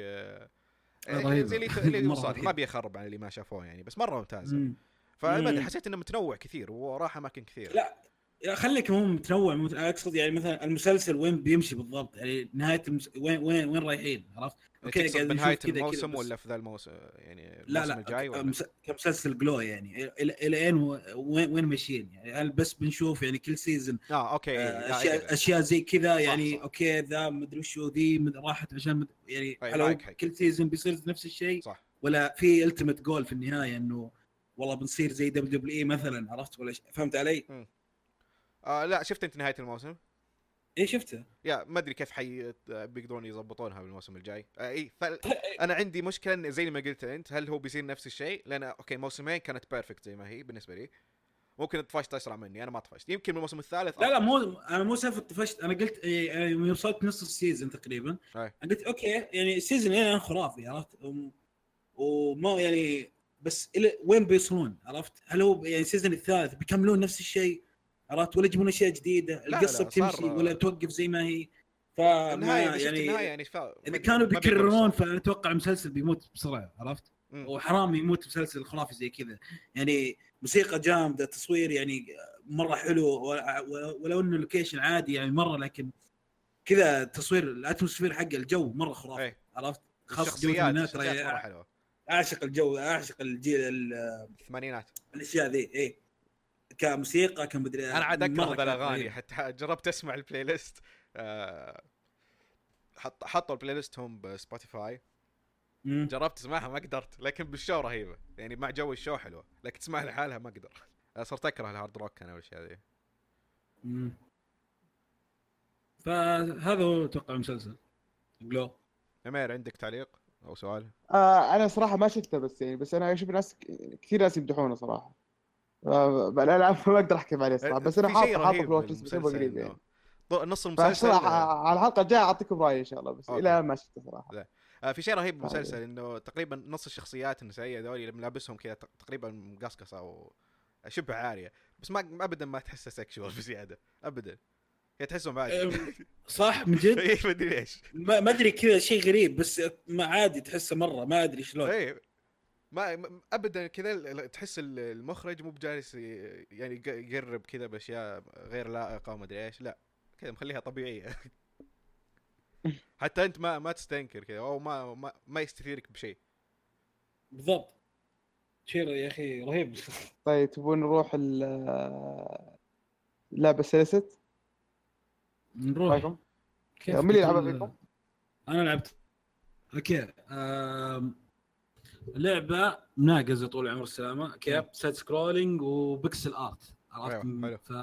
زي اللي صار ما بيخرب على اللي ما شافوه يعني بس مره ممتازه. فما حسيت انه متنوع كثير وراح اماكن كثير. لا خليك مو متنوع اقصد يعني مثلا المسلسل وين بيمشي بالضبط يعني نهايه وين رايحين عرفت اوكي قاعد بنهايه الموسم ولا في ذا الموسم يعني الموسم الجاي ولا كمسلسل جلو يعني الى وين ماشيين يعني هل بس بنشوف يعني كل سيزون اوكي اشياء زي كذا يعني صح. اوكي ذا مدري وشو ذي راحت عشان يعني هل كل سيزون بيصير نفس الشيء صح. ولا في التيمت جول في النهايه انه والله بنصير زي دبليو مثلا عرفت ولا فهمت علي؟ لا شفت انت نهايه الموسم؟ ايه شفته يا ما ادري كيف بيقدرون يضبطونها بالموسم الجاي. انا عندي مشكله زي ما قلت انت هل هو بيصير نفس الشيء لان اوكي موسمين كانت بيرفكت زي ما هي بالنسبه لي ممكن طفشت اسرع مني انا ما طفشت يمكن بالموسم الثالث لا انا مو سالفه طفشت انا قلت يعني وصلت نص السيزون تقريبا انا قلت اوكي يعني السيزون هنا خرافي عرفت وما يعني بس وين بيوصلون عرفت هل هو يعني السيزون الثالث بيكملون نفس الشيء عرفت ولا يجيبون اشياء جديده القصه بتمشي ولا توقف زي ما هي فما يعني اذا كانوا بيكررون فانا اتوقع المسلسل بيموت بسرعه عرفت وحرام يموت مسلسل خرافي زي كذا يعني موسيقى جامده تصوير يعني مره حلو ولو انه اللوكيشن عادي يعني مره لكن كذا تصوير الاتموسفير حق الجو مره خرافي. عرفت خاص جو الثمانينات مره حلوه. اعشق الجو، اعشق الجيل الثمانينات الاشياء ذي. ايه كموسيقى كمدري. انا عاد اكره الاغاني، حتى جربت اسمع البلاي ليست. حطوا البلاي ليست هم بسبوتيفاي، جربت اسمعها ما قدرت، لكن بالشو رهيبه يعني، مع جو الشو حلوه، لكن تسمعها لحالها ما اقدر. صرت اكره الهارد روك انا والاشياء ذي. فهذا هو اتوقع المسلسل جلو. أمير عندك تعليق او سؤال؟ انا صراحه ما شفته، بس يعني بس انا اشوف ناس كثير ناس يمدحونه صراحه. الالعاب ما اقدر احكم عليه صراحه، بس انا حاطه في الوقت لسه قريب يعني. نص المسلسل على الحلقه الجايه اعطيكم رايي ان شاء الله، بس الى ما شفته صراحه. لا. في شيء رهيب بالمسلسل انه تقريبا نص الشخصيات النسائيه ذولي ملابسهم كذا تقريبا مقصقصه او شبه عاريه، بس ما ابدا ما تحسه سكشوال بزياده ابدا، هي تحسهم عادي. صح من جد. اي ما ادري ليش، ما ادري كذا شيء غريب، بس ما عادي تحسه مره ما ادري شلون. اي ما ابدا كذا تحس المخرج مو بجالس يعني يقرب كذا باشياء غير لائقه وما ادري ايش، لا كذا مخليها طبيعيه. حتى انت ما تستنكر كذا او ما يستثيرك بشيء. بالضبط، شيء يا اخي رهيب. طيب تبون نروح اللعبه سلست؟ نروح. كيف مين اللي يلعبها فيكم؟ انا لعبت. اوكي لعبه مناقزه طول عمر السلامه، كيف سايد سكرولينج وبكسل ارت. عرفت ف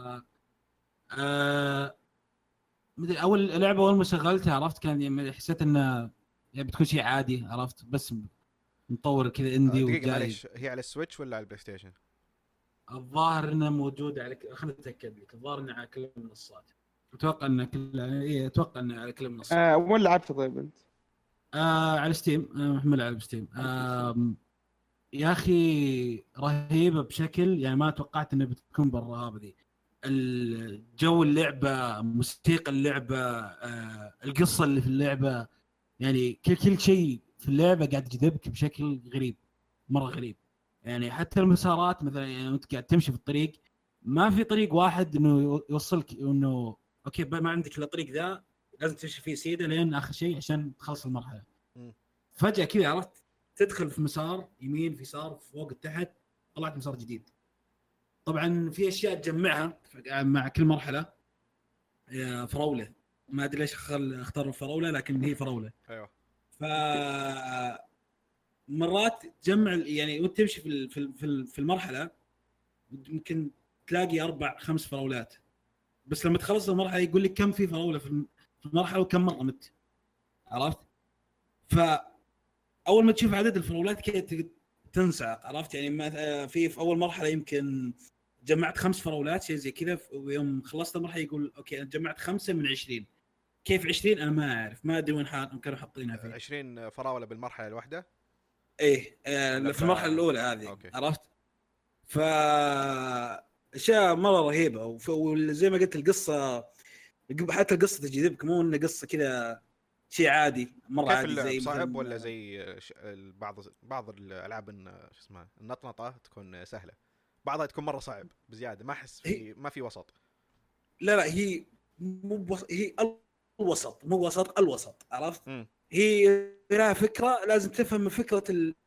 مدري اول لعبه اول ما شغلتها عرفت كان حسيت انه يعني بتكون شيء عادي، عرفت بس مطور كذا اندي. دقيقه معليش، هي على السويتش ولا على البلاي ستيشن؟ الظاهر انها موجوده على خليني اتاكد لك، الظاهر انها على كل المنصات. اتوقع انها اتوقع انها على كل المنصات. وين لعبت طيب انت؟ على ستيم، محمل على ستيم. يا اخي رهيبه بشكل يعني ما توقعت انها بتكون بالرهابه ذي. الجو اللعبه، موسيقى اللعبه، القصه اللي في اللعبه، يعني كل شيء في اللعبه قاعد يجذبك بشكل غريب، مره غريب. يعني حتى المسارات مثلا، يعني انت قاعد تمشي في الطريق ما في طريق واحد انه يوصلك انه اوكي ما عندك الا طريق ذا لازم تمشي فيه سيده لين اخر شيء عشان تخلص المرحله. فجاه كذا عرفت تدخل في مسار يمين في يسار فوق تحت، طلعت مسار جديد. طبعا في اشياء تجمعها مع كل مرحله. فراوله، ما ادري ليش اختار الفراوله لكن هي فراوله. ايوه. ف مرات تجمع يعني وانت تمشي في المرحله يمكن تلاقي 4-5 فراولات، بس لما تخلص المرحله يقول لك كم في فراوله في المرحله وكم مره مت. عرفت؟ فاول ما تشوف عدد الفراولات كذا تنسى. عرفت يعني في اول مرحله يمكن جمعت 5 فراولات شيء زي كذا، ويوم خلصت المرحله يقول اوكي انا جمعت 5 من 20. كيف 20 انا ما اعرف، ما ادري وين كانوا حاطينها فيه. 20 فراوله بالمرحله الواحده. ايه في المرحله الاولى هذه. عرفت؟ ف اشياء مره رهيبه، وزي ما قلت القصه حتى القصه تجذبك، مو انه قصه كذا شيء عادي مره عادي. زي صعب ولا زي بعض الالعاب شو اسمها النطنطه تكون سهله، بعضها تكون مره صعب بزياده، ما احس ما في وسط. لا هي هي الوسط، مو وسط، الوسط. عرفت؟ هي لها فكره لازم تفهم من فكره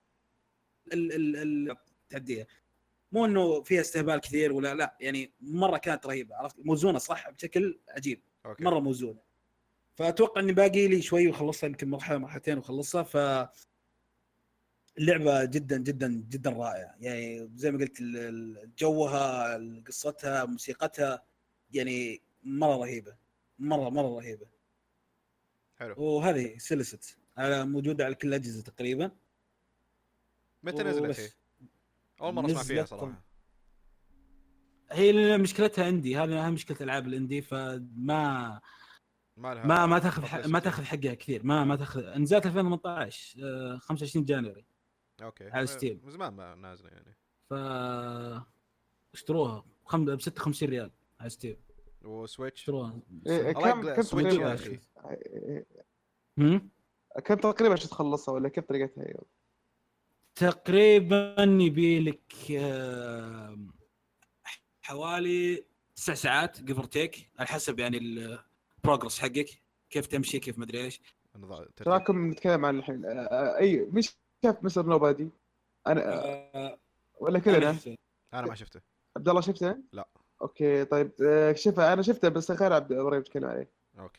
التعديه، مو انه فيها استهبال كثير ولا لا، يعني مره كانت رهيبه. عرفت؟ موزونه صح بشكل عجيب. أوكي. مره موزونه. فاتوقع اني باقي لي شوي وخلصها، يمكن مرحلتين وخلصها. ف اللعبه جدا جدا جدا رائعه، يعني زي ما قلت جوها، قصتها، موسيقتها، يعني مره رهيبه، مره رهيبه. حلو. وهذه سلست موجوده على كل الاجهزه تقريبا. متى نزلت هي؟ اول مره اسمع فيها صراحه. هي مشكلتها عندي، هذه مشكله العاب الاندي، فما ما تاخذ حقها كثير. ما تاخذ. نزلت 2018 25 جانوري. اوكي. على ستيم من زمان ما نازله يعني. اشتروها ب 56 ريال على ستيم. وسويتش اشتروها. كم سويتش يا اخي؟ كم تقريبا عشان تخلصها ولا كيف طريقتها هي؟ تقريبا يبي لك حوالي 9 ساعات جيف اور تيك على حسب يعني البروجرس حقك كيف تمشي كيف ما ادري ايش. راكم نتكلم عن الحين اي مش شاف مستر نوبادي انا ولا كلنا؟ انا ما شفته. عبد الله شفته؟ لا. اوكي طيب شوفه انا شفته بس غير عبد ابراهيم يتكلم عليه. اوكي.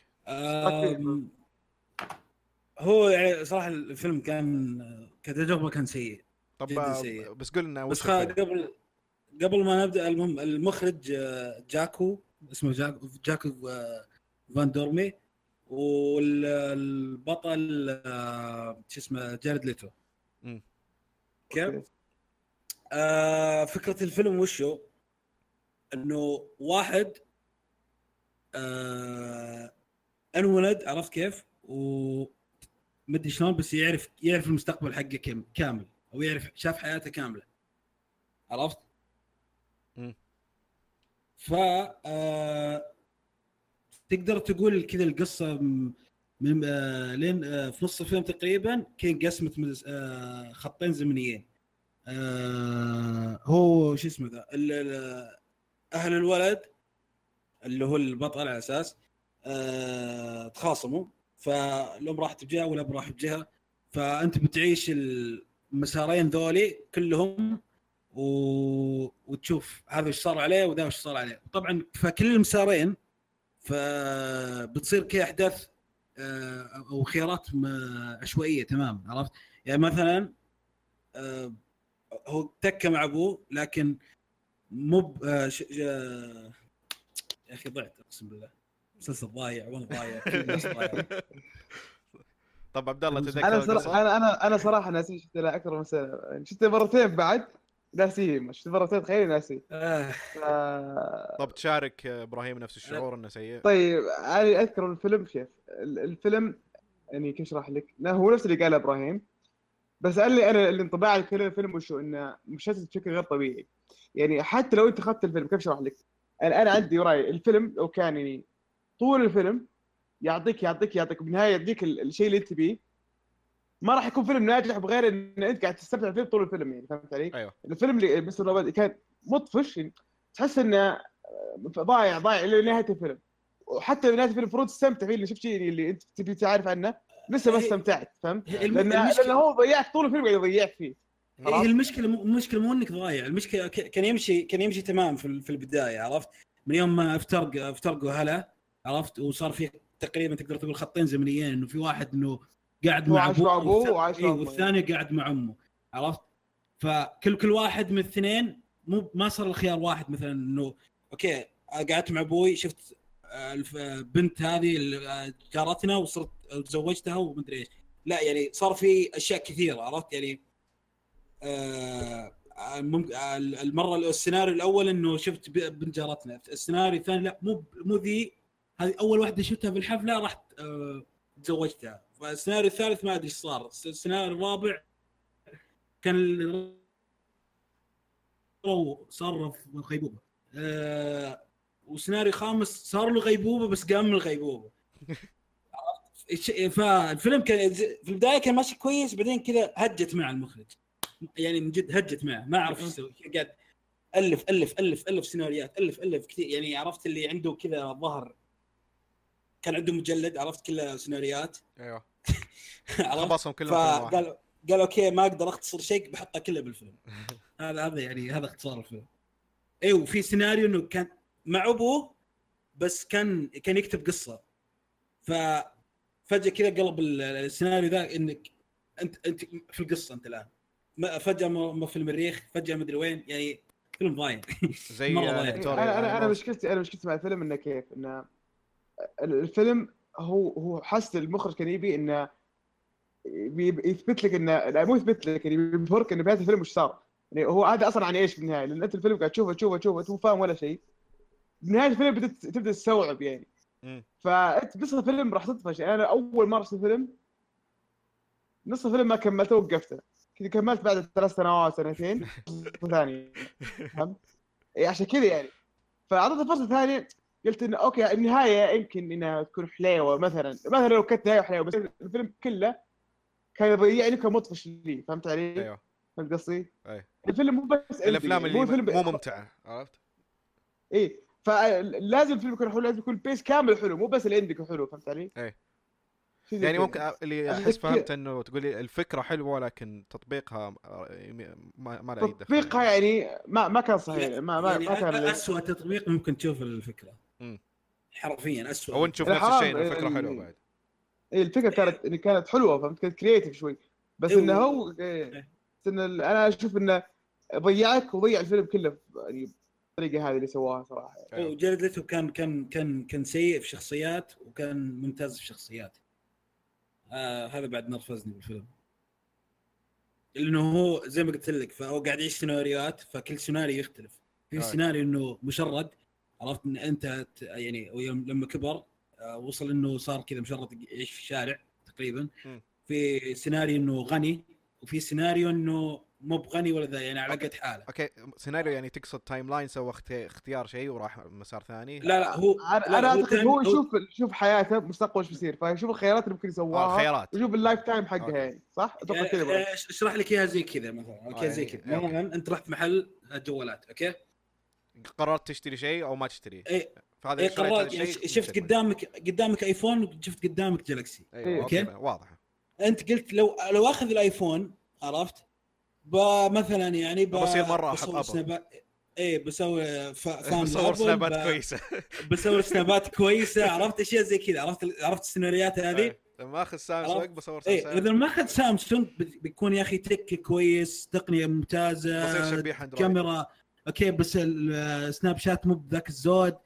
هو يعني صراحه الفيلم كان كتجربه كان سيء. طب سيء. بس قلنا بس قبل ما نبدا المخرج جاكو اسمه جاكو فان دورمي والبطل شو اسمه جارد ليتو. كيف فكرة الفيلم وشو انه واحد انولد عرفت كيف ومدري شلون بس يعرف المستقبل حقه كامل او يعرف شاف حياته كاملة عرفت ف تقدر تقول كذا القصة من لين في نص الفيلم تقريبا كان قسمة خطين زمنيين. هو شو اسمه ذا اهل الولد اللي هو البطل على اساس تخاصموا فالام راحت بجهه والاب راح بجهه فانت بتعيش المسارين ذولي كلهم وتشوف هذا ايش صار عليه وذا ايش صار عليه. طبعا فكل المسارين فبتصير كي احداث او خيارات عشوائيه تمام عرفت يعني مثلا هو تكة مع ابوه لكن مو يا اخي ضعت اقسم بالله مسلسل ضايع وانا ضايع كل الناس ضايع. طب عبد الله تذكر انا صراحه ناسي شفت له اكثر من سنه يعني شفت مرتين بعد ناسي شفت مرتين تخيل ناسي. طب تشارك ابراهيم نفس الشعور انه سيء؟ طيب انا اذكر الفيلم كيف الفيلم يعني كيف اشرح لك هو نفس اللي قاله ابراهيم بس قال لي انا الانطباع الفيلم وشو انه مشتت بشكل غير طبيعي. يعني حتى لو انت اخذت الفيلم كيف اشرح لك انا عندي راي الفيلم لو كان يعني طول الفيلم يعطيك بالنهايه يديك الشيء اللي انت بيه ما راح يكون فيلم ناجح بغير ان انت قاعد تستمتع فيه طول الفيلم يعني فهمت علي؟ أيوه. الفيلم اللي مستر نوبادي كان مطفش يعني تحس انه ضايع لنهايه الفيلم وحتى نهايه الفيلم المفروض تستمتع فيه اللي شفت شيء اللي انت تبي تعرف عنه لسه ما استمتعت فهمت؟ لأن هو ضيعك طول الفيلم قاعد يضيعك فيه. هي المشكله مو انك ضايع المشكله كان يمشي تمام في البدايه عرفت من يوم ما افترقوا هلا عرفت وصار في تقريبا تقدر تقول خطين زمنيين انه في واحد انه قاعد مع ابوه والثاني قاعد مع امه عرفت فكل واحد من الاثنين ما صار الخيار واحد مثلا انه اوكي قعدت مع ابوي شفت البنت هذه جارتنا وصرت تزوجتها ومدري ايش لا يعني صار في اشياء كثيره عرفت يعني المره السيناريو الاول انه شفت بنت جارتنا السيناريو الثاني لا مو ذي هذه اول واحده شفتها في الحفله رحت تزوجتها فالسيناريو الثالث ما ادري ايش صار السيناريو الرابع كان صار في غيبوبه وسيناريو خامس صار له غيبوبه بس قام من الغيبوبه. فالفيلم كان في البدايه كان ماشي كويس بعدين كذا هجت مع المخرج يعني من جد هجت معه ما اعرف ايش يسوي قاعد الف سيناريوهات الف كثير يعني عرفت اللي عنده كذا ظهر كان عنده مجلد عرفت كله سيناريوهات ايوه خلصهم كلهم قال اوكي ما اقدر اختصر شيء بحطه كله بالفيلم. هذا يعني هذا اختصار الفيلم. ايوه وفي سيناريو انه كان مع ابوه بس كان يكتب قصه ففجاه كذا قلب السيناريو ذا انك انت في القصه انت الان فجاه ما في المريخ فجاه ما ادري وين يعني فيلم ضايع زي انا مشكلتي مع الفيلم انه كيف انه الفيلم هو حس المخرج كان يبي انه يثبت لك انه مو يثبت لك يعني بيفرق انه بهذا الفيلم وش صار يعني هو هذا اصلا عن ايش بالنهايه لان انت الفيلم قاعد تشوفه مو فاهم ولا شيء بنهايه الفيلم تبدا تستوعب يعني فانت بس الفيلم راح تطفش يعني انا اول مره شفت الفيلم نص الفيلم ما كملته وقفته كذا كملت بعد 3 سنوات سنتين ثاني فهمت عشان كذا يعني فاعطيته فرصه ثانيه قلت انه اوكي النهايه يمكن انها تكون حليوه مثلا لو كانت نهايه حليوه بس الفيلم كله كان يضيعني كان مطفش لي فهمت علي؟ ايوه فهمت قصدي؟ ايوه الفيلم مو بس الافلام اللي مو ممتعه عرفت؟ ايه فلازم الفيلم يكون حلو لازم يكون بيس كامل حلو مو بس اللي عندك حلو فهمت علي؟ ايه يعني ممكن اللي احس فهمت انه تقولي الفكره حلوه لكن تطبيقها ما لا يدخل تطبيقها يعني ما كان صحيح، ما كان اسوء تطبيق ممكن تشوف الفكره حرفيا اسوء. او نشوف نفس الشيء انه الفكره حلوه بعد. الفكره كانت حلوه، فهمت، كانت كرييتيف شوي، بس انه هو انا اشوف انه ضيعك وضيع الفيلم كله يعني الطريقه هذه اللي سواها صراحه يعني. وجاريد ليتو كان سيء في شخصيات وكان ممتاز في شخصيات. هذا بعد نرفزني بالفيلم، لانه هو زي ما قلت لك فهو قاعد يعيش سيناريوهات، فكل سيناريو يختلف. في سيناريو انه مشرد، عرفت ان انت يعني لما كبر وصل انه صار كذا مشرد يعيش في الشارع تقريبا. في سيناريو انه غني، وفي سيناريو انه مو بغني ولا ذا، يعني على قد حاله. اوكي سيناريو يعني تقصد تايم لاين سوى اختيار شيء وراح مسار ثاني. لا هو انا اعتقد هو يشوف حياته مستقبل ايش بيصير، فيشوف الخيارات اللي ممكن يسواها ويشوف اللايف تايم حقها يعني صح. اتوقع كذا. اشرح لك اياها زي كذا مثلا. اوكي زي كذا مثلا انت رحت محل جوالات، اوكي قررت تشتري شيء او ما تشتريه. فهذا قررت يعني شفت قدامك ايفون وشفت قدامك جالكسي. اوكي واضحه. انت قلت لو اخذ الايفون، عرفت مثلا يعني بصير مره احب بسوي بصور سنابات كويسه بسوي سنابات كويسه، عرفت اشياء زي كذا. عرفت السيناريوهات هذه. لما اخذ سامسونج بصور سامسونج. اذا ما اخذ سامسونج بيكون يا اخي تك كويس، تقنيه ممتازه، كاميرا اوكي، بس السناب شات مو بذاك الزود.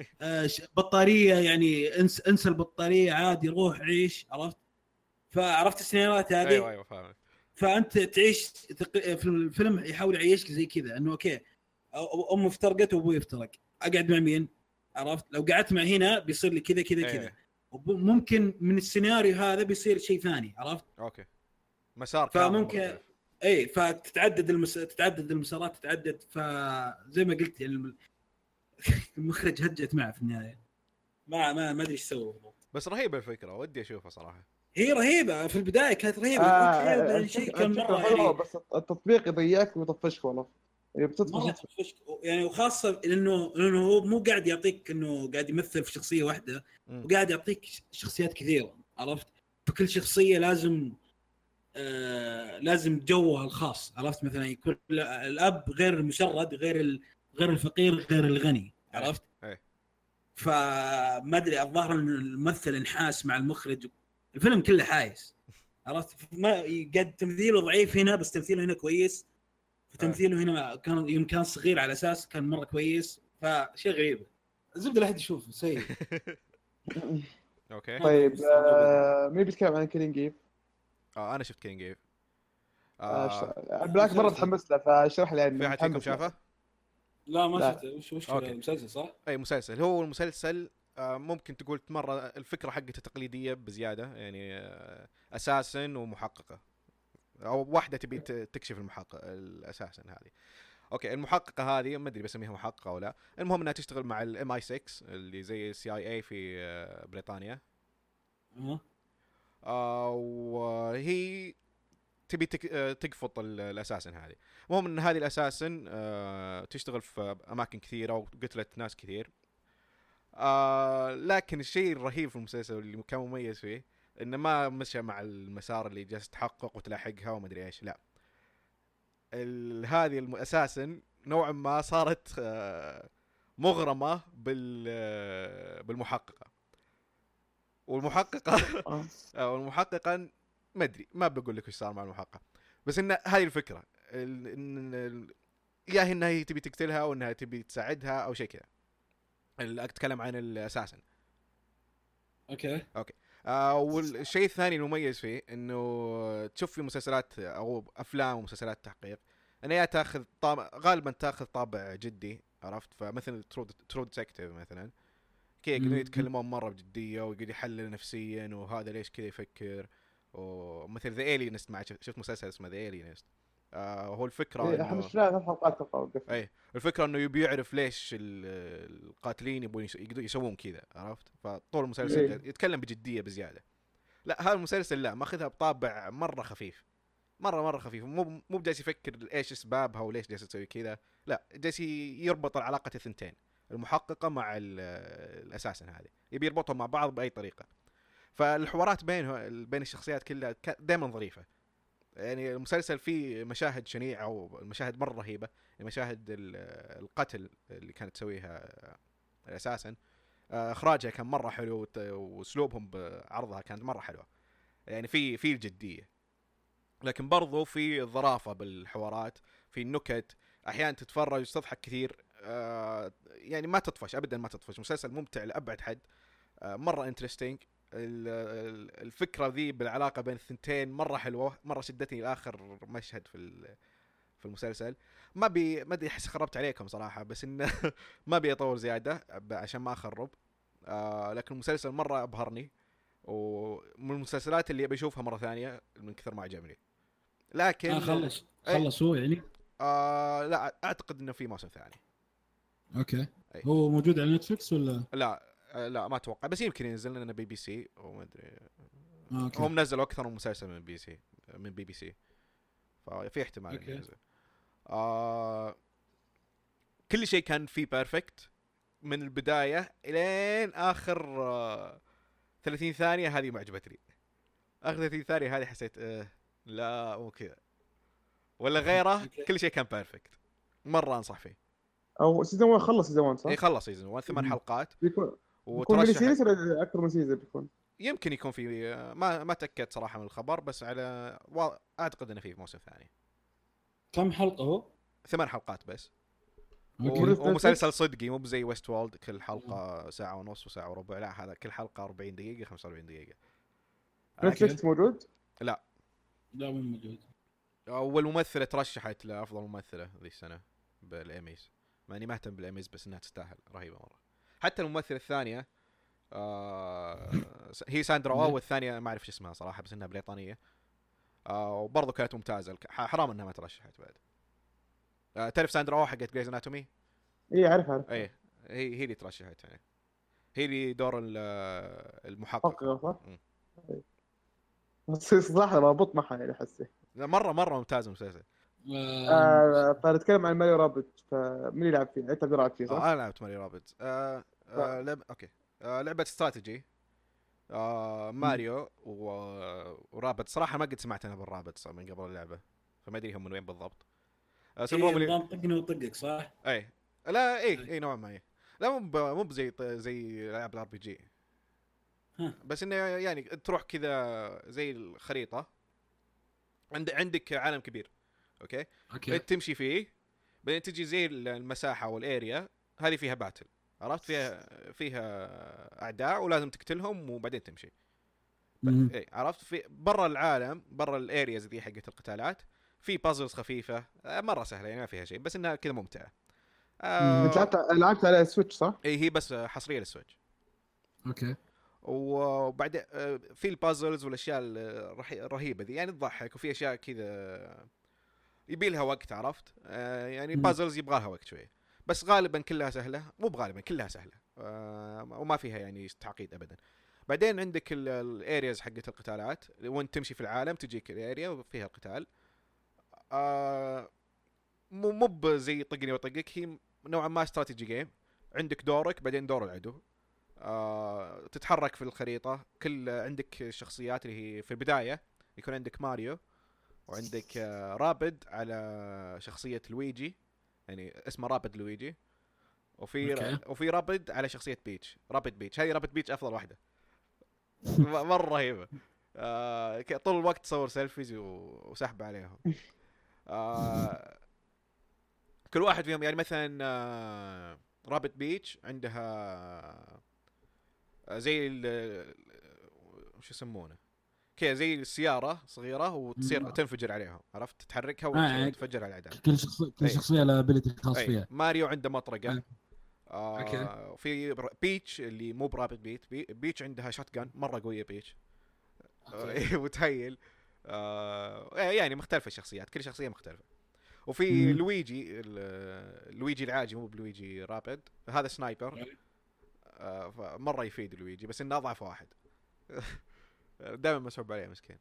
بطاريه يعني انسى البطاريه عادي، روح عيش. عرفت السيناريوهات هذه. ايوه فاهم. فانت تعيش في الفيلم يحاول يعيشك زي كذا، انه اوكي امي افترقت وابوي افترق، اقعد مع مين؟ عرفت لو قعدت مع هنا بيصير لي كذا كذا كذا، وممكن من السيناريو هذا بيصير شيء ثاني. عرفت اوكي مسار فممكن فتتعدد المسارات تتعدد. فزي ما قلت يعني المخرج هجت معه في النهايه، ما ادري ايش سوى بالضبط. بس رهيبه الفكره، ودي اشوفها صراحه. هي رهيبه في البدايه، كانت رهيبه. اوكي شيء كان مره يعني، بس التطبيق يضيعك ويطفشك والله يعني بتطفش يعني. وخاصه لانه هو مو قاعد يعطيك انه قاعد يمثل في شخصيه واحده، وقاعد يعطيك شخصيات كثيره. عرفت فكل شخصيه لازم جوها الخاص. عرفت مثلا يكون الاب غير المشرد، غير الفقير، غير الغني. عرفت فما ادري الظاهر ان الممثل انحاس مع المخرج، الفيلم كله حايس. عرفت ما قد تمثيله ضعيف هنا، بس تمثيله هنا كويس. فتمثيله هنا كان صغير على اساس كان مره كويس، فشيء غريب. الزبده لا احد يشوفه سيء. اوكي طيب مين بيتكلم عن كيلينج ايف؟ انا شفت كيلينج ايف. بالعكس مره تحمست له، فاشرح لي عنه. في احد فيكم شافه؟ لا ما شفته. وش المسلسل صح؟ اي مسلسل. هو المسلسل ممكن تقول مرة الفكرة حقته تقليدية بزيادة يعني. أساساً ومحققة، أو واحدة تبي تكشف المحقق الأساساً هذه. أوكي المحققة هذه ما أدري بسميها محققة ولا، المهم أنها تشتغل مع MI6 اللي زي CIA في بريطانيا. وهي تبي تقفط الأساساً هذه. المهم أن هذه الأساساً تشتغل في أماكن كثيرة وقتلت ناس كثير. لكن الشيء الرهيب في المسلسل اللي كان مميز فيه انه ما مشى مع المسار اللي جالس تحقق وتلاحقها وما ادري ايش. لا هذه اساسا نوعا ما صارت مغرمه بالمحققه. والمحققه ما ادري، ما بقول لك ايش صار مع المحققه، بس ان هذه الفكره يا انها هي تبي تقتلها او انها تبي تساعدها او شيء كذا. أتكلم عن الأساساً. أوكي. والشيء الثاني المميز فيه إنه تشوف في مسلسلات أو أفلام ومسلسلات تحقيق أن هي تأخذ غالباً تأخذ طابع جدي. عرفت فمثل ترو ديتكتيف مثلاً كي يقدرون يتكلمون مرة بجدية ويقدر يحلل نفسياً وهذا ليش كذا يفكر. ومثل ذا إيلينست، شفت مسلسل اسمه ذا إيلينست. هو الفكرة احنا مش ثلاث حلقات توقف. اي الفكره انه يبي يعرف ليش القاتلين يبون يسوون كذا. عرفت فطول المسلسل يتكلم بجديه بزياده. لا هذا المسلسل لا ماخذها بطابع مره خفيف، مره خفيف. مو جالس يفكر ايش اسبابها وليش جالس تسوي كذا. لا جالس يربط العلاقه الثنتين، المحققه مع الاساسا هذه، يبي يربطهم مع بعض باي طريقه. فالحوارات بين الشخصيات كلها دائما ظريفه. يعني المسلسل فيه مشاهد شنيعه ومشاهد مره رهيبه، مشاهد القتل اللي كانت تسويها اساسا اخراجها كان مره حلو، واسلوبهم بعرضها كانت مره حلوه. يعني في الجديه، لكن برضو في الظرافه بالحوارات، في النكت، احيانا تتفرج تضحك كثير. يعني ما تطفش ابدا، ما تطفش. مسلسل ممتع لابعد حد، مره انترستينج. الفكره ذي بالعلاقه بين الثنتين مره حلوه، مره شدتني لاخر مشهد في المسلسل. ما ادري، احس خربت عليكم صراحه، بس انه ما ابي اطول زياده عشان ما اخرب. لكن المسلسل مره ابهرني، ومن المسلسلات اللي ابي اشوفها مره ثانيه من كثر ما عجبني. لكن خلص هو يعني لا اعتقد انه في موسم ثاني. اوكي. هو موجود على نتفلكس ولا لا ما اتوقع، بس يمكن ينزل لنا بي بي سي وما ادري. أوكي. هم نزلوا اكثر من مسلسل من بي بي سي ففي احتمال انه ينزل. كل شيء كان فيه بيرفكت من البدايه الين اخر 30 ثانيه. هذه ما عجبتني. اخر 30 ثانيه هذه حسيت لا مو كذا ولا غيره. كل شيء كان بيرفكت، مره انصح فيه. او سيزون 1 خلص سيزون 1 صح؟ اي خلص سيزون 1 8 حلقات. بيكون ميني سيريز ولا اكثر من سيزون بيكون؟ يمكن يكون في، ما تاكدت صراحه من الخبر، بس على اعتقد انه في موسم ثاني. كم حلقه هو؟ 8 حلقات بس. ومسلسل صدقي، مو زي ويست وولد كل حلقه ساعه ونص وساعه وربع. لا هذا كل حلقه 40 دقيقه 45 دقيقه. نتفلكس موجود؟ لا مو موجود. اول ممثله ترشحت لافضل ممثله ذي السنه بالايميز، مع اني ما اهتم بالايميز، بس انها تستاهل، رهيبه مره. حتى الممثله الثانيه هي ساندرا والثانيه ما اعرف ايش اسمها صراحه، بس انها بريطانيه. وبرضه كانت ممتازه. حرام انها ما ترشحت بعد. تعرف ساندرا حقت جريز اناتومي؟ اي عارف. اي هي اللي ترشحت يعني. هي اللي دور المحقق صح؟ صح رابط معها يعني حسي. مره ممتاز المسلسل. طيب نتكلم عن ماريو رابط، فمين يلعب فيه؟ انت لعبت فيه صح؟ انا لعبت ماريو رابط. اوكي. لعبه استراتيجي. ماريو ورابط. صراحه ما قد سمعت انا بالرابط من قبل اللعبه، فما ادري هم من وين بالضبط. نظام طقني وطقك صح؟ اي لا اي نوعا ما. لا مو زي العاب الار بي جي، بس انه يعني تروح كذا زي الخريطه، عندك عالم كبير. اوكي. تمشي فيه، بعدين تجي زي المساحه والاريا هذه فيها باتل، عرفت؟ فيها اعداء ولازم تقتلهم وبعدين تمشي. اي عرفت؟ في برا العالم، برا الارياز ذي حقت القتالات، في بازلز خفيفه مره سهله يعني، ما فيها شيء، بس انها كذا ممتعه. لعبت على سويتش صح؟ اي هي بس حصريه للسويتش. اوكي. وبعدين في البازلز والاشياء الرهيبه ذي يعني تضحك، وفي اشياء كذا يبي لها وقت، عرفت؟ يعني البازلز يبغى لها وقت شويه، بس غالبا كلها سهله، مو بغالبا كلها سهله. وما فيها يعني تعقيد ابدا. بعدين عندك الارياز حقت القتالات، وانت تمشي في العالم تجيك الاريا وفيها القتال. مو زي طقني وطقك، هي نوعا ما استراتيجي جيم. عندك دورك بعدين دور العدو. تتحرك في الخريطة. عندك شخصيات اللي هي في البداية يكون عندك ماريو، وعندك رابد على شخصية لويجي، يعني اسمه رابد لويجي. وفي رابد على شخصية بيتش، رابد بيتش. هذه رابد بيتش أفضل واحدة. مرة رهيبة. طول الوقت تصور سيلفيز وسحب عليهم. كل واحد فيهم يعني مثلا رابط بيتش عندها زي وش يسمونه كذا، زي السيارة صغيرة وتصير تنفجر عليهم، عرفت؟ تحركها وتفجر على الأعداء. كل شخصية لها ابيليتي خاص فيها. ماريو عنده مطرقة. في بيتش اللي مو برابط بيتش عندها شوت جان مرة قوية بيتش. وتهيل. يعني مختلفة الشخصيات، كل شخصية مختلفة. وفي لويجي العاجي، مو بلويجي رابد، هذا سنايبر. مرة يفيد لويجي، بس انه اضعف واحد. دائما مسحوب عليه مسكين.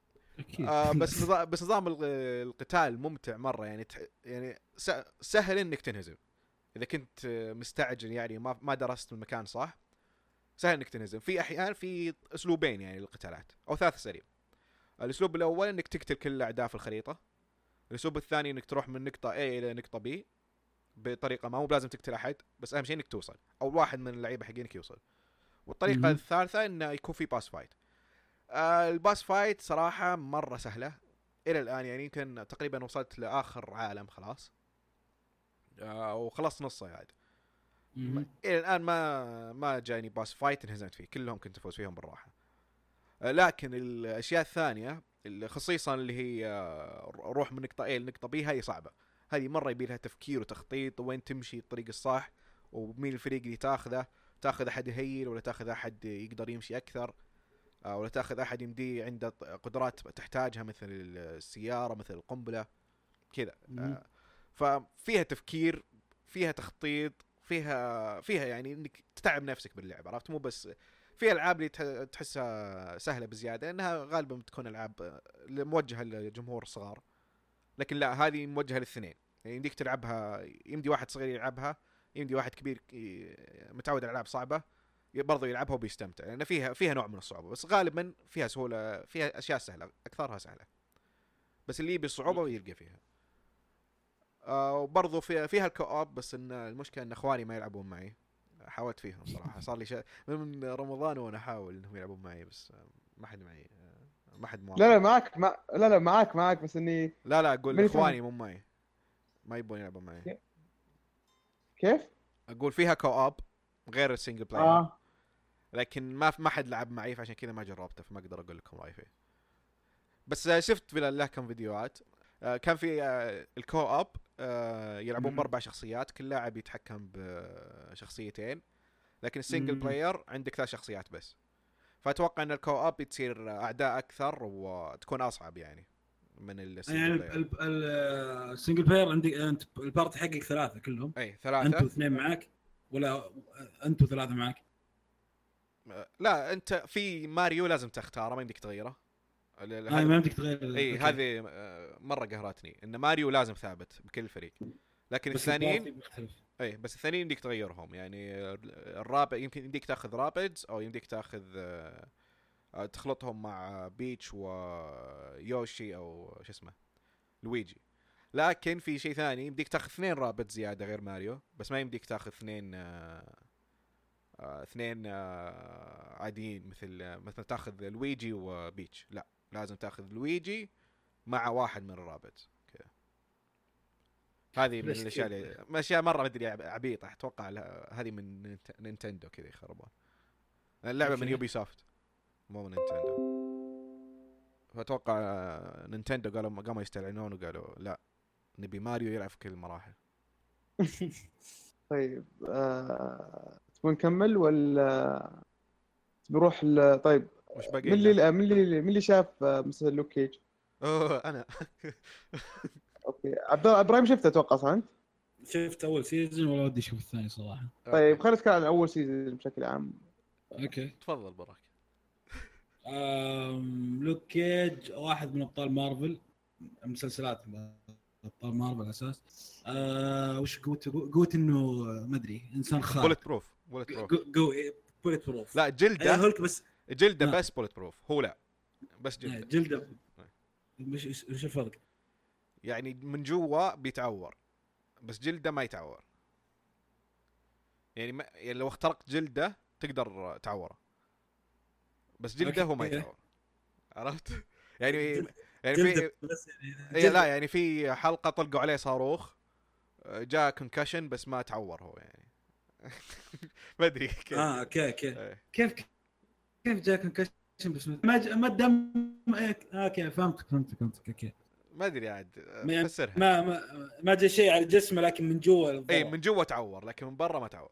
بس نظام القتال ممتع مرة يعني. يعني سهل انك تنهزم اذا كنت مستعجل يعني ما درست المكان صح. سهل انك تنهزم. في احيان في اسلوبين يعني للقتالات او 3 اساليب. الاسلوب الاول انك تقتل كل الاعداء في الخريطه. الاسلوب الثاني انك تروح من نقطه A الى نقطه B بطريقه ما، مو لازم تقتل احد، بس اهم شيء انك توصل او واحد من اللعيبه حقينك يوصل. والطريقه الثالثه انه يكون في باس فايت. الباس فايت صراحه مره سهله الى الان، يعني يمكن تقريبا وصلت لاخر عالم خلاص، وخلصت نصه يعني. الى الان ما جاني باس فايت انهزمت فيه، كلهم كنت افوز فيهم بالراحه. لكن الاشياء الثانيه اللي خصيصا اللي هي روح من نقطه A لنقطه B هاي صعبه. هذه مره يبي لها تفكير وتخطيط، وين تمشي الطريق الصح، ومين الفريق اللي تاخذ احد يهيل، ولا تاخذ احد يقدر يمشي اكثر، ولا تاخذ احد يمدي عنده قدرات تحتاجها مثل السياره، مثل القنبله كذا. ففيها تفكير، فيها تخطيط، فيها يعني انك تتعب نفسك باللعبه، عرفت؟ مو بس في العاب اللي تحسها سهله بزياده، انها غالبا بتكون العاب موجهه للجمهور الصغار، لكن لا، هذه موجهه للاثنين. يعني يمديك تلعبها، يمدي واحد صغير يلعبها، يمدي واحد كبير متعود على العاب صعبه برضه يلعبها وبيستمتع، لان فيها نوع من الصعوبه، بس غالبا فيها سهوله، فيها اشياء سهله، اكثرها سهله، بس اللي يبي الصعوبه يلقى فيها. وبرضه فيها الكواب، بس ان المشكله ان اخواني ما يلعبون معي. حاولت فيهم صراحه، صار لي من رمضان وانا احاول انهم يلعبون معي، بس ما حد معي، ما حد موافق. لا معك لا معك بس اني لا اقول اخواني مو معي، ما يبون يلعبون معي. كيف اقول فيها كواب غير السنجل بلاير، لكن ما حد لعب معي، فعشان كذا ما جربته، فما اقدر اقول لكم رايي فيه. بس شفت له كم فيديوهات. كان في الكواب يلعبون ب4 شخصيات، كل لاعب يتحكم بشخصيتين، لكن السنجل بلاير عندك 3 شخصيات بس. فاتوقع ان الكواب بتصير اعداء اكثر وتكون اصعب يعني من السنجل بلاير. يعني السنجل بلاير عندك انت البارتي حقك 3 كلهم؟ اي 3. انتوا 2 معك ولا انتوا 3 معك؟ لا، انت في ماريو لازم تختاره، ما يمديك تغيره. ما يمديك تغير. اي هذه مره قهرتني، ان ماريو لازم ثابت بكل فريق، لكن الثانيين اي بس الثانيين يمديك تغيرهم. يعني الرابع يمكن يمديك تاخذ رابيدز، او يمديك تاخذ تخلطهم مع بيتش ويوشي او شو اسمه لويجي. لكن في شيء ثاني، يمديك تاخذ 2 رابيدز زياده غير ماريو، بس ما يمديك تاخذ 2 عاديين مثل تاخذ لويجي وبيتش. لا، لازم تاخذ لويجي مع واحد من الرابيدز كذا. هذه من الاشياء اللي اشياء مره ما ادري عبيطه، اتوقع هذه من نينتندو كذا يخربون. اللعبه من يوبي سوفت مو من نينتندو، فاتوقع نينتندو قاموا يستلعنون وقالوا لا، نبي ماريو يلعب في كل المراحل. طيب تبون نكمل ولا بنروح طيب وش باقي؟ من اللي شاف مسلسل لوك كيج؟ انا اوكي، ابراهيم شفته اتوقع صح؟ انت شفت اول سيزون ولا ودي اشوف الثاني صراحه؟ طيب خلينا نتكلم عن اول سيزون بشكل عام. اوكي تفضل براك. لوك كيج واحد من ابطال مارفل، مسلسلات ابطال مارفل اساس. وش قوت انه ما ادري انسان خارق. بوليت بروف. لا جلده هولك بس جلده بس بوليت بروف هو. لا بس جلده مش الفرق؟ يعني من جوا بيتعور بس جلده ما يتعور. يعني لو اخترقت جلده تقدر تعوره، بس جلده هو ما يتعور. عرفت؟ يعني في لا يعني في حلقه طلقوا عليه صاروخ، جاء كونكشن بس ما تعور هو يعني. ما ادري كيف. كيف جاء كونكشن بس ما دم. اوكي فهمتك اوكي. ما ادري عاد فسرها. ما جاء شيء على جسمه، لكن من جوا اي من جوا تعور، لكن من برا ما تعور.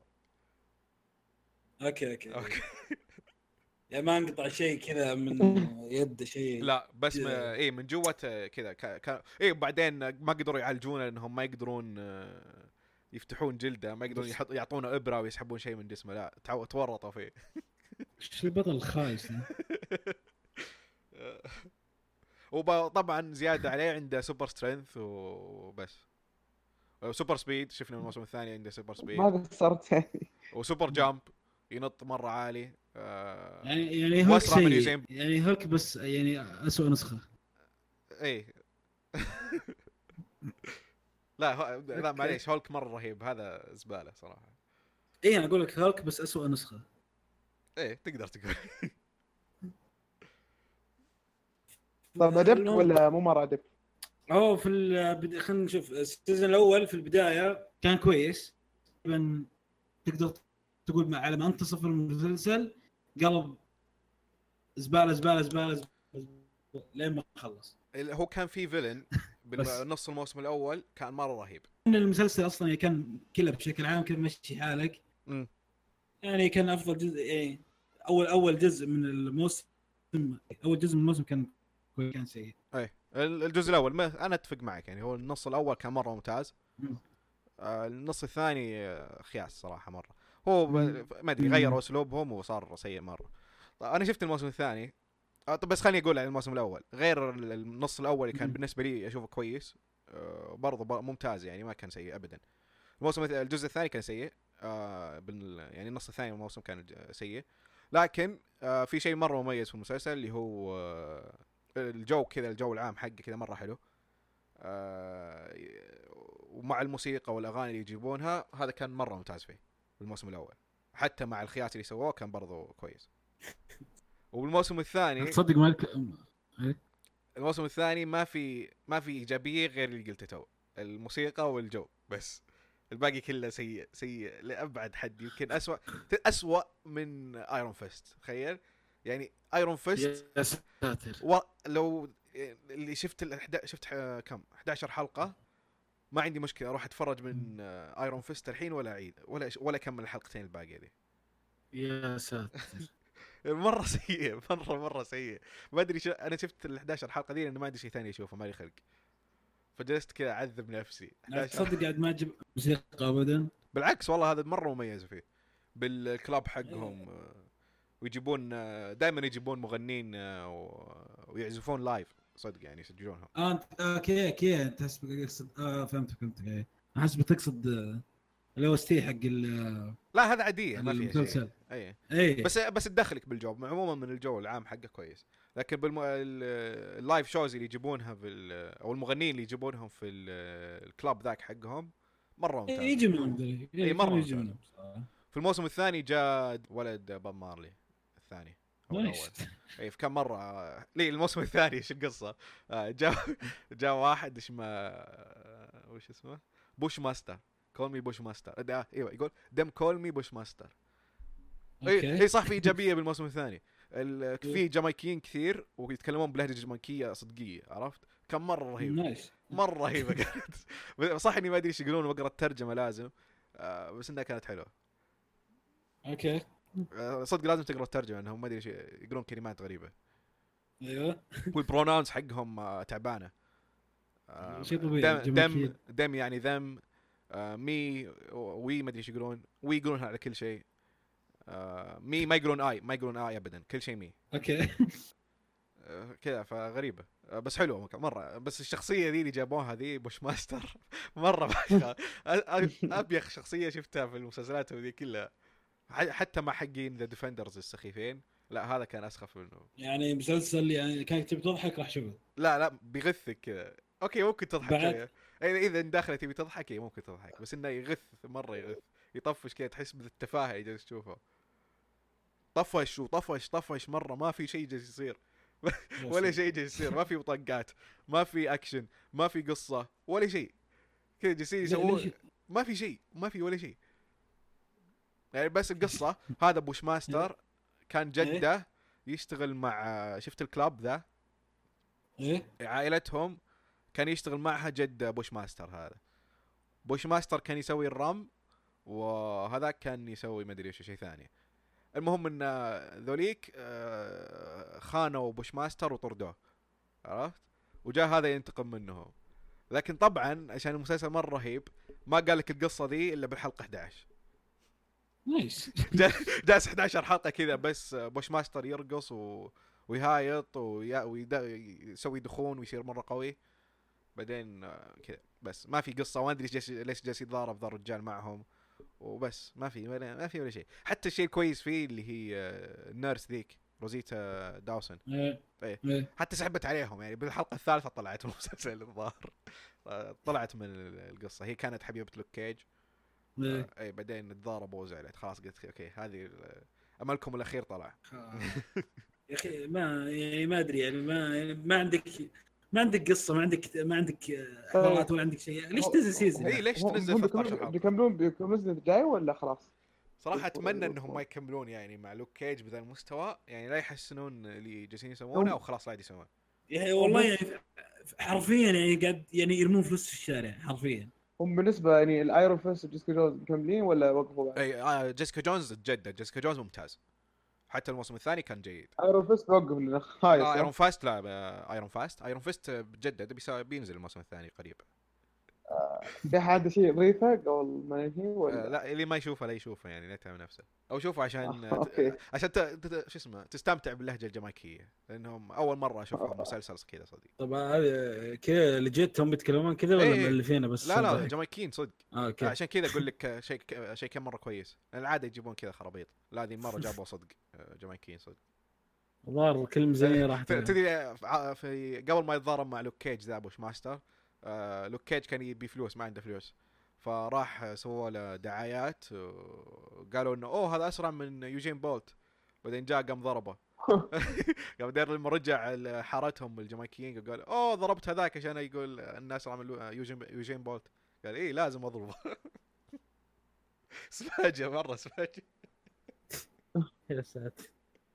اوكي يعني ما انقطع شيء كذا من يد شيء. لا بس من جوا كذا وبعدين ما قدروا يعالجونه لانهم ما يقدرون يفتحون جلده، ما يقدرون يعطونه ابره ويسحبون شيء من جسمه. لا تورطوا فيه. شو البطل الخايس. وطبعا زياده عليه عنده سوبر سترينث وبس، سوبر سبيد. شفنا الموسم الثاني عنده سوبر سبيد ما قصرت يعني. وسوبر جامب، ينط مره عالي. يعني هولك وأسرع من سيء، يوزين. يعني هولك بس يعني أسوأ نسخة. ايه لا معليش، هولك مره رهيب، هذا زباله صراحه. ايه انا اقول لك هولك بس أسوأ نسخة. ايه تقدر تقول. طيب ادبت ولا مو مره ادبت؟ في خلينا نشوف السيزون الاول في البدايه كان كويس، تقدر تقول مع على ما انتصف المسلسل قلب زباله زباله زباله, زبالة لين ما خلص. هو كان في فيلن بالنص الموسم الاول كان مره رهيب. ان المسلسل اصلا كان كله بشكل عام كان ماشي حالك. يعني كان افضل جزء يعني اول جزء من الموسم، اول جزء من الموسم كان سيء. اي الجزء الاول ما انا اتفق معك، يعني هو النص الاول كان مره ممتاز. النص الثاني خياس صراحه مره. هو ما ادري غيروا اسلوبهم وصار سيء مره. طيب انا شفت الموسم الثاني. طب بس خليني اقول عن الموسم الاول، غير النص الاول اللي كان بالنسبه لي اشوفه كويس، برضه ممتاز يعني ما كان سيء ابدا. الجزء الثاني كان سيء، يعني النص الثاني من الموسم كان سيء. لكن في شيء مره مميز في المسلسل اللي هو الجو كذا، الجو العام حقه كذا مره حلو. ومع الموسيقى والاغاني اللي يجيبونها هذا كان مره ممتاز فيه بالموسم الاول. حتى مع الخيات اللي سووه كان برضو كويس. وبالموسم الثاني تصدق مالك الموسم الثاني ما في ايجابيه غير اللي قلته تو، الموسيقى والجو بس. الباقي كله سيء سيء لأبعد حد، يمكن أسوأ من ايرون فيست. تخيل يعني ايرون فيست يا ساتر، لو اللي شفت كم 11 حلقة ما عندي مشكلة اروح اتفرج من ايرون فيست الحين ولا اعيد ولا اكمل الحلقتين الباقية دي. يا ساتر. مرة سيء، مرة سيء. ما ادري انا شفت ال 11 حلقة دي لانه ما عندي شيء ثاني اشوفه، مالي خلق، فجلست كذا اعذب نفسي. تصدق قاعد ما اجيب موسيقى ابدا، بالعكس والله هذا مرة مميز فيه بالكلاب حقهم. ويجيبون دائما يجيبون مغنين ويعزفون لايف صدق يعني يسجلونهم. اوكي انت تقصد فهمت ايه، احس بتقصد الاو اس تي حق لا هذا عاديه ما فيها شيء. اي بس تدخلك بالجو عموما، من الجو العام حقه كويس. لكن اللايف شوز اللي يجيبونها او المغنيين اللي يجيبونهم في الكلاب ذاك حقهم مره ممتاز. يجي منهم مره يجي منهم. في الموسم الثاني جاء ولد باب مارلي الثاني او الاول. اي في كم مره ليه الموسم الثاني ايش القصه؟ جاء واحد وش اسمه بوش ماستر، كول مي بوش ماستر. ايوه يقول دم كول مي بوش ماستر. اي صح، في ايجابيه بالموسم الثاني. في جامايكيين كثير ويتكلمون بلهجه جامايكيه صدقيه، عرفت؟ كان مره رهيب، مره رهيبه. صح اني ما ادري ايش يقولون واقرا الترجمه لازم، بس انها كانت حلوه. اوكي صدق لازم تقرا الترجمه انهم ما ادري ايش يقولون، كلمات غريبه. ايوه والبروناونز حقهم تعبانه. شيء طبيعي. دم يعني ذم، مي وي ما ادري ايش يقولون، وي يقولونها على كل شيء. مي ما يقولون اي ابدا، كل شيء مي. اوكي كذا فغريبه، بس حلوه مره. بس الشخصيه ذي اللي جابوها ذي بوش ماستر مره باشخه. ابيخ شخصيه شفتها في المسلسلات ذي كلها، حتى مع حقين ذا ديفندرز السخيفين. لا هذا كان اسخف منه. يعني مسلسل يعني كانك تبي تضحك راح شوفه. لا بيغثك كذا. اوكي ممكن تضحك اذا داخله تبي تضحك ممكن تضحك، بس انه يغث مره، يغث يطفش كذا، تحس بالتفاهه اللي جالس تشوفه. طفش مره، ما في شيء جالس يصير. ولا شيء جالس يصير، ما في طقات، ما في اكشن، ما في قصه ولا شيء. كذا جالسين يسوون ما في شيء، ما في ولا شيء يعني. بس القصه هذا بوش ماستر كان جده يشتغل مع شفت الكلاب ذا عائلتهم كان يشتغل معها جد بوش ماستر. هذا بوش ماستر كان يسوي الرم، وهذا كان يسوي ما ادري ايش شيء ثاني. المهم ان ذوليك خانوا بوش ماستر وطردوه، عرفت؟ وجاء هذا ينتقم منهم. لكن طبعا عشان المسلسل مره رهيب ما قال لك القصه دي الا بالحلقه 11. نايس. جالس 11 حلقه كذا بس بوش ماستر يرقص ويهايط ويسوي دخون ويصير مره قوي. بعدين كذا بس ما في قصه، وما ادري ليش جالس يتضارب ذا الرجال معهم وبس ما في ولا شيء. حتى الشيء الكويس فيه اللي هي النيرس ذيك روزيتا داوسون إيه. حتى سحبت عليهم يعني بالحلقه الثالثه طلعت من المسلسل الظاهر، طلعت من القصه. هي كانت حبيبه لوك كيج اي بعدين تضاربوا وزعلت خلاص. قلت اوكي هذه املكم الاخير طلع. يا اخي ما ادري يعني ما عندك قصه، ما عندك حوارات ولا عندك شيء، ليش تنزل سيزون؟ اي ليش تنزل 13 حلقه؟ بيكملون الجاي ولا خلاص؟ صراحه اتمنى انهم ما يكملون يعني مع لوك كيج بذا المستوى، يعني لا يحسنون اللي جالسين يسوونه او خلاص لا يسوون. يعني والله يعني حرفيا يعني قاعد يعني يرمون فلوس في الشارع حرفيا. هم بالنسبه يعني الايرون فيست وجيسيكا جونز مكملين ولا وقفوا بعد؟ اي جيسيكا جونز تجدد، جيسيكا جونز ممتاز، حتى الموسم الثاني كان جيد. ايرون فيست وقف لنا خايس. ايرون فاست لا ايرون فيست بتجدد بينزل الموسم الثاني قريب. في حد شيء ضيفه قبل ما ننهي ولا؟ لا اللي ما يشوفه لا يشوفه يعني لا يتعب نفسه، او شوفه عشان أوكي. عشان شو اسمه تستمتع باللهجه الجامايكيه، لانهم اول مره اشوفهم مسلسل كذا صدق. طب هذا كذا لجيت هم بيتكلمون كذا ولا مؤلفينه بس؟ لا جامايكيين صدق. أوكي. عشان كذا اقول لك شيء كم مره كويس، العاده يجيبون كذا خرابيط، لا هذه المره جابوا صدق جامايكيين صدق. ظهر كل ميزانيه راح تدري في قبل ما يتضارب مع لوك كيج ذا بوش ماستر، لوك كيج كان يبي فلوس ما عنده فلوس، فراح سووا له دعايات وقالوا انه اوه هذا اسرع من يوجين بولت، بعدين جاء قام ضربه. قام دير لما رجع حارتهم الجامايكيين قال اوه ضربت هذاك عشان يقول الناس اسرع من يوجين بولت، قال ايه لازم اضربه. سفاجة مره سفاجة. يا ساتر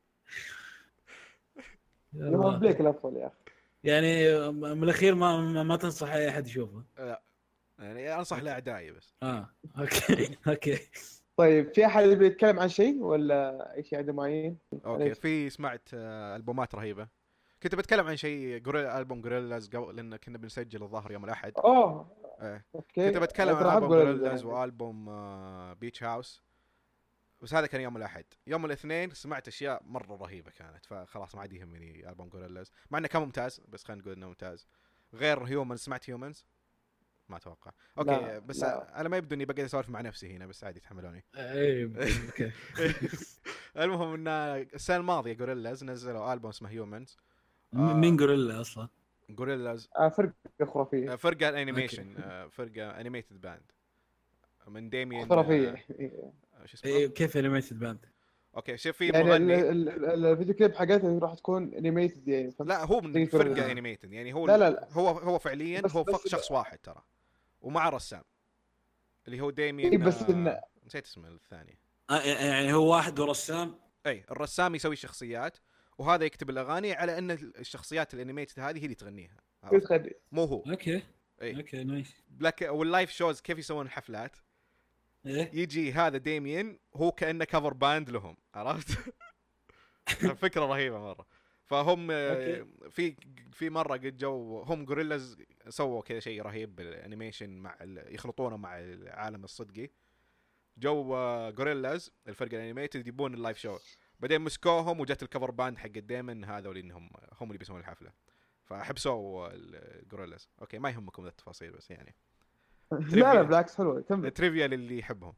يا بليك الافضل يا اخي يعني من الاخير ما تنصح اي احد يشوفه؟ لا يعني انصح لاعدائي بس. اوكي طيب في احد يبي يتكلم عن شيء ولا اي شيء عنده معين؟ اوكي في سمعت البومات رهيبه. كنت بتكلم عن شيء البوم غوريلاز قبل لان كنا بنسجل الظهر يوم الاحد. اوكي كنت بتكلم عن البوم غوريلاز والبوم بيتش هاوس، بس هذا كان يوم الاحد. يوم الاثنين سمعت اشياء مره رهيبه كانت، فخلاص ما عاد يهمني البوم غوريلاز مع انه كان ممتاز، بس خلينا نقول انه ممتاز. غير هيومنز، سمعت هيومنز؟ ما اتوقع. اوكي لا. بس لا. انا ما يبدو اني بقعد اسولف مع نفسي هنا، بس عادي تحملوني. اوكي. المهم ان السنه الماضيه غوريلاز نزلوا البوم اسمه هيومنز. مين غوريلا اصلا؟ غوريلاز فرقه خرافيه، فرقه انيميشن، فرقه انيميتد باند من ديمين خرافيه. شو اسمه؟ كيف انيميتد باند؟ اوكي شوف في يعني مغني الفيديو كليب حقته راح تكون انيميتد يعني لا هو من فرقه انيميتد يعني هو لا. هو فعليا هو فقط شخص واحد ترى، ومع رسام اللي هو ديمين بس نسيت اسمه الثاني. يعني هو واحد ورسام. اي الرسام يسوي شخصيات وهذا يكتب الاغاني على ان الشخصيات الانيميتد هذه هي اللي تغنيها، مو هو. اوكي اوكي نايس. بلاك واللايف شوز كيف يسوون حفلات يجي هذا ديمين هو كأنه كفر باند لهم، عرفت؟ فكرة رهيبة مرة. فهم في مرة قد جو هم غوريلاز سووا كذا شيء رهيب بالانيميشن مع يخلطونه مع العالم الصدقي. جو غوريلاز الفرقة الانيميتد يبون اللايف شو، بعدين مسكوهم وجت الكفر باند حق ديمن هذا لانهم هم اللي بيسوون الحفلة، فحبسوا الغوريلاز. اوكي ما يهمكم ذا التفاصيل بس يعني لا بالعكس حلوه كمل. تريفيا للي يحبهم.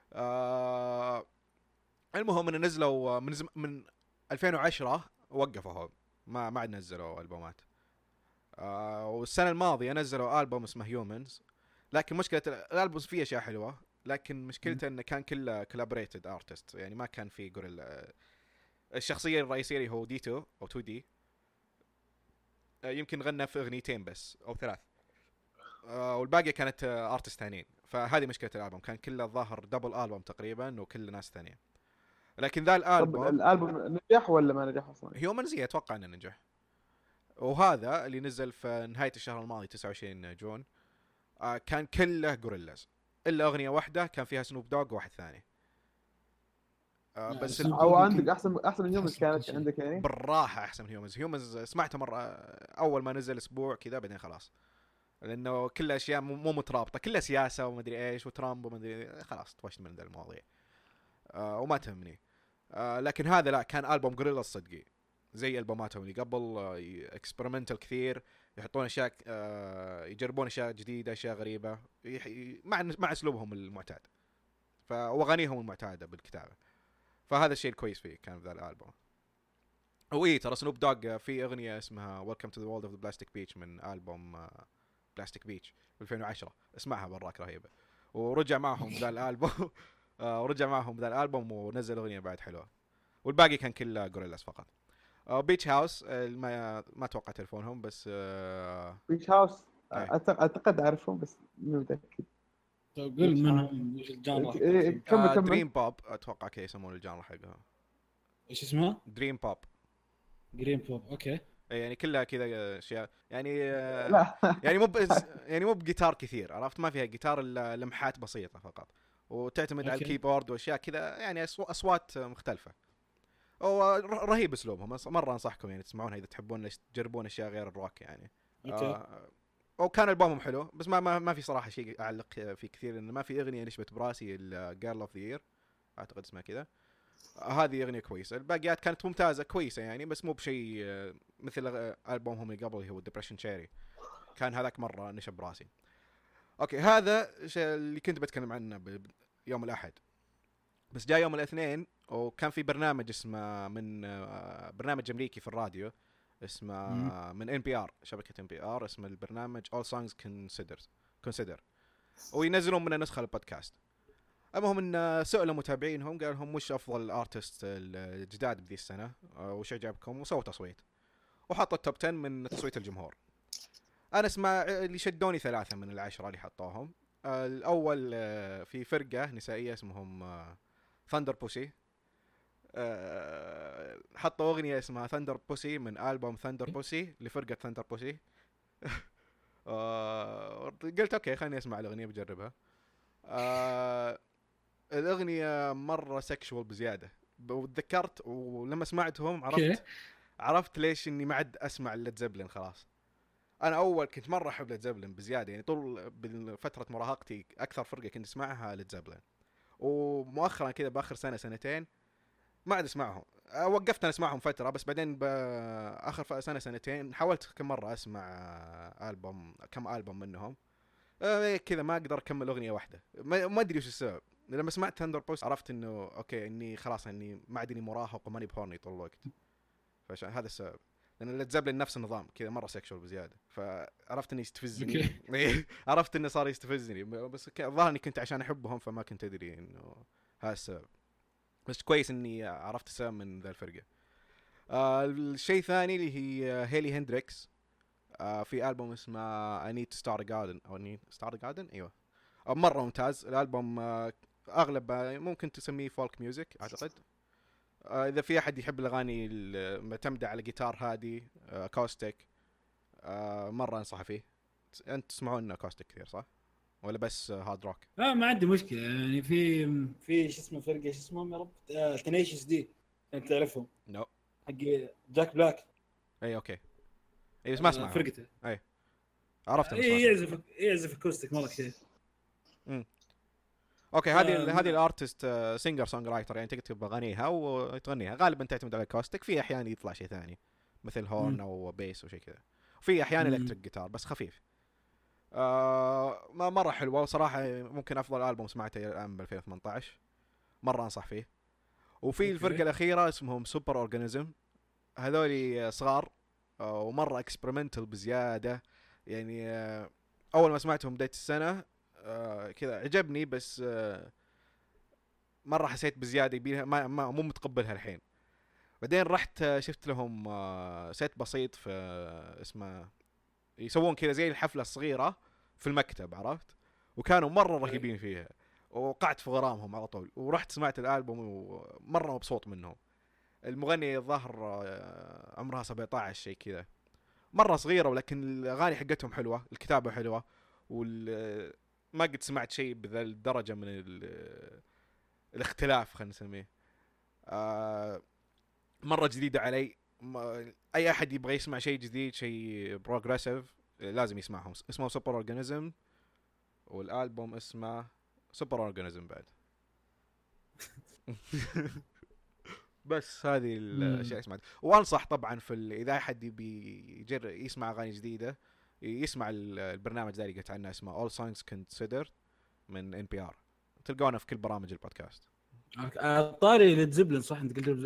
المهم ان نزلوا من 2010 وقفوا ما عاد نزلوا البومات. والسنه الماضيه نزلوا البوم اسمه هيومنز، لكن مشكله الالبوم فيه اشياء حلوه لكن مشكلته انه كان كله كولابوريتد ارتست، يعني ما كان في غوريلا. الشخصيه الرئيسيه اللي هو ديتو او 2 دي يمكن غنى في اغنيتين بس او 3، والباقي كانت ارتست ثانيين. فهذه مشكله الالبوم، كان كله الظاهر دبل البوم تقريبا وكل ناس ثانيه. لكن ذا الالبوم نجح ولا ما نجح اصلا؟ هيومنز اتوقع انه نجح، وهذا اللي نزل في نهايه الشهر الماضي 29 جون كان كله غوريلاز الا اغنيه واحده كان فيها سنوب دوغ وواحد ثاني. بس او عندك احسن من هيومنز كانت عندك يعني بالراحه احسن من هيومنز سمعته مره اول ما نزل اسبوع كذا بعدين خلاص، لانه كل اشياء مو مترابطه، كلها سياسه وما ادري ايش وترامب وما ادري، خلاص طفشت من ذا المواضيع وما تهمني. لكن هذا لا كان البوم غوريلا الصدقي زي البوماتهم اللي قبل، اكسبيرمنتال كثير، يحطون اشياء يجربون اشياء جديده اشياء غريبه مع اسلوبهم المعتاد. واغانيهم المعتاده بالكتابه. فهذا الشيء الكويس فيه كان في ذا الالبوم. وايه ترى سنوب دوغ في اغنيه اسمها Welcome to the World of the Plastic Beach من البوم بلاستيك بيتش 2010، اسمعها براك رهيبه. ورجع معهم ذا الالبوم ونزل اغنيه بعد حلوه، والباقي كان كله غوريلاس فقط. بيتش هاوس ما اتوقع تلفونهم بس بيتش هاوس اعتقد اعرفهم بس مو متاكد. طيب قول منهم وش الجانرا كمل دريم بوب اتوقع كذا يسمون الجانرا حقها. ايش اسمها؟ دريم بوب. جرين بوب اوكي. يعني كلها كذا اشياء يعني لا يعني مو بجيتار كثير، عرفت؟ ما فيها جيتار الا لمحات بسيطه فقط، وتعتمد على الكيبورد واشياء كذا، يعني اصوات مختلفه. رهيب اسلوبهم، مره انصحكم يعني تسمعونها اذا تحبون تجربون اشياء غير الروك يعني. وكان البومهم حلو، بس ما في صراحه شيء اعلق فيه كثير، انه ما في اغنيه نشبت براسي الجيرل اوف ذا يير اعتقد اسمها كذا. هذه اغنيه كويسه، الباقيات كانت ممتازه كويسه يعني، بس مو بشيء مثل البومهم اللي قبل هو ديبريشن شيري، كان هذاك مره نشب براسي. اوكي هذا اللي كنت بتكلم عنه يوم الاحد. بس جاء يوم الاثنين وكان في برنامج اسمه من برنامج امريكي في الراديو اسمه من NPR، شبكه NPR، اسم البرنامج All Songs Consider، وينزلون من نسخه البودكاست. المهم ان سئلوا متابعينهم قال لهم وش افضل الارتست الجداد بذي السنه وش عجبكم، وسووا تصويت وحطوا التوب 10 من تصويت الجمهور. انا اسمع اللي شدوني 3 من 10 اللي حطوهم. الاول في فرقه نسائيه اسمهم ثاندر بوسي، حطوا اغنيه اسمها ثاندر بوسي من البوم ثاندر بوسي لفرقه ثاندر بوسي. قلت اوكي خليني اسمع الاغنيه بجربها. الاغنيه مره سكشوال بزياده، وتذكرت ولما سمعتهم عرفت ليش اني ما عاد اسمع ليد زبلن. خلاص انا اول كنت مره احب ليد زبلن بزياده، يعني طول بفتره مراهقتي اكثر فرقه كنت اسمعها ليد زبلن، ومؤخرا كذا باخر سنه سنتين ما عاد اسمعهم. وقفت انا اسمعهم فتره، بس بعدين باخر سنه سنتين حاولت كم مره اسمع كم البوم منهم كذا ما اقدر اكمل اغنيه واحده، ما ادري وش السبب. لما سمعت ثاندر بوست عرفت انه اوكي اني خلاص اني ما عاد اني مراهق وماني بهورني طول الوقت، فعشان هذا السبب. لان ليد زبلن نفس النظام كذا مره سكشوال بزياده، فعرفت اني يستفزني. عرفت انه صار يستفزني، بس الظاهر اني كنت عشان احبهم فما كنت ادري انه هذا السبب. بس كويس اني عرفت السبب من ذا الفرقه. الشيء الثاني اللي هي هيلي هندريكس، في ألبوم اسمه I Need to Start a Garden أو Need to Start a Garden. أيوة مرة ممتاز الألبوم. أغلب ممكن تسميه فولك ميوزك أعتقد. إذا في أحد يحب الأغاني المعتمدة على جيتار هادي أكوستيك مرة أنصح فيه. أنت تسمعون أكوستيك كثير صح؟ ولا بس هارد روك؟ لا ما عندي مشكلة يعني. في شو اسمه فرقة شو اسمهم يا رب تنيشس دي، أنت تعرفهم؟ نو حق جاك بلاك. أي أوكي. اي بس ما اسمع فرقته. اي عرفت. يعزف اكوستيك مره كثير. اوكي هذه الارتست سينجر سونج رايتر، يعني تكتب اغانيها وتغنيها. غالبا تعتمد على الاكوستيك، في احيانا يطلع شيء ثاني مثل هورن او بيس او شيء كذا، في احيانا الكتريك جيتار بس خفيف. ما مره حلوه وصراحه، ممكن افضل البوم سمعته الان ب 2018، مره انصح فيه. وفي الفرقه الاخيره اسمهم سوبر اورجانيزم، هذولي صغار ومره اكسبيرمنتال بزياده يعني. اول ما سمعتهم بدايه السنه كذا عجبني، بس مره حسيت بزياده يبيها مو متقبلها الحين. بعدين رحت شفت لهم سيت بسيط في اسمه يسوون كذا زي الحفله الصغيره في المكتب، عرفت؟ وكانوا مره رهيبين فيها، وقعت في غرامهم على طول. ورحت سمعت الالبوم ومره مبسوط منهم. المغني الظاهر عمرها 17 شيء كذا، مرة صغيرة، ولكن الأغاني حقتهم حلوة، الكتابة حلوة، ما قد سمعت شيء بذا الدرجة من الاختلاف خلينا نسميه. مرة جديدة علي. أي أحد يبغى يسمع شيء جديد، شيء بروغريسيف، لازم يسمعهم. اسمه سوبر أورجانيزم، والألبوم اسمه سوبر أورجانيزم بعد. بس هذه الاشياء سمعت. وانصح طبعا اذا احد يبي يسمع اغاني جديده يسمع البرنامج ذا اللي قلت عنه اسمه All Songs Considered من NPR. تلقونه في كل برامج البودكاست. طاري ليدزبلن صح انت قلت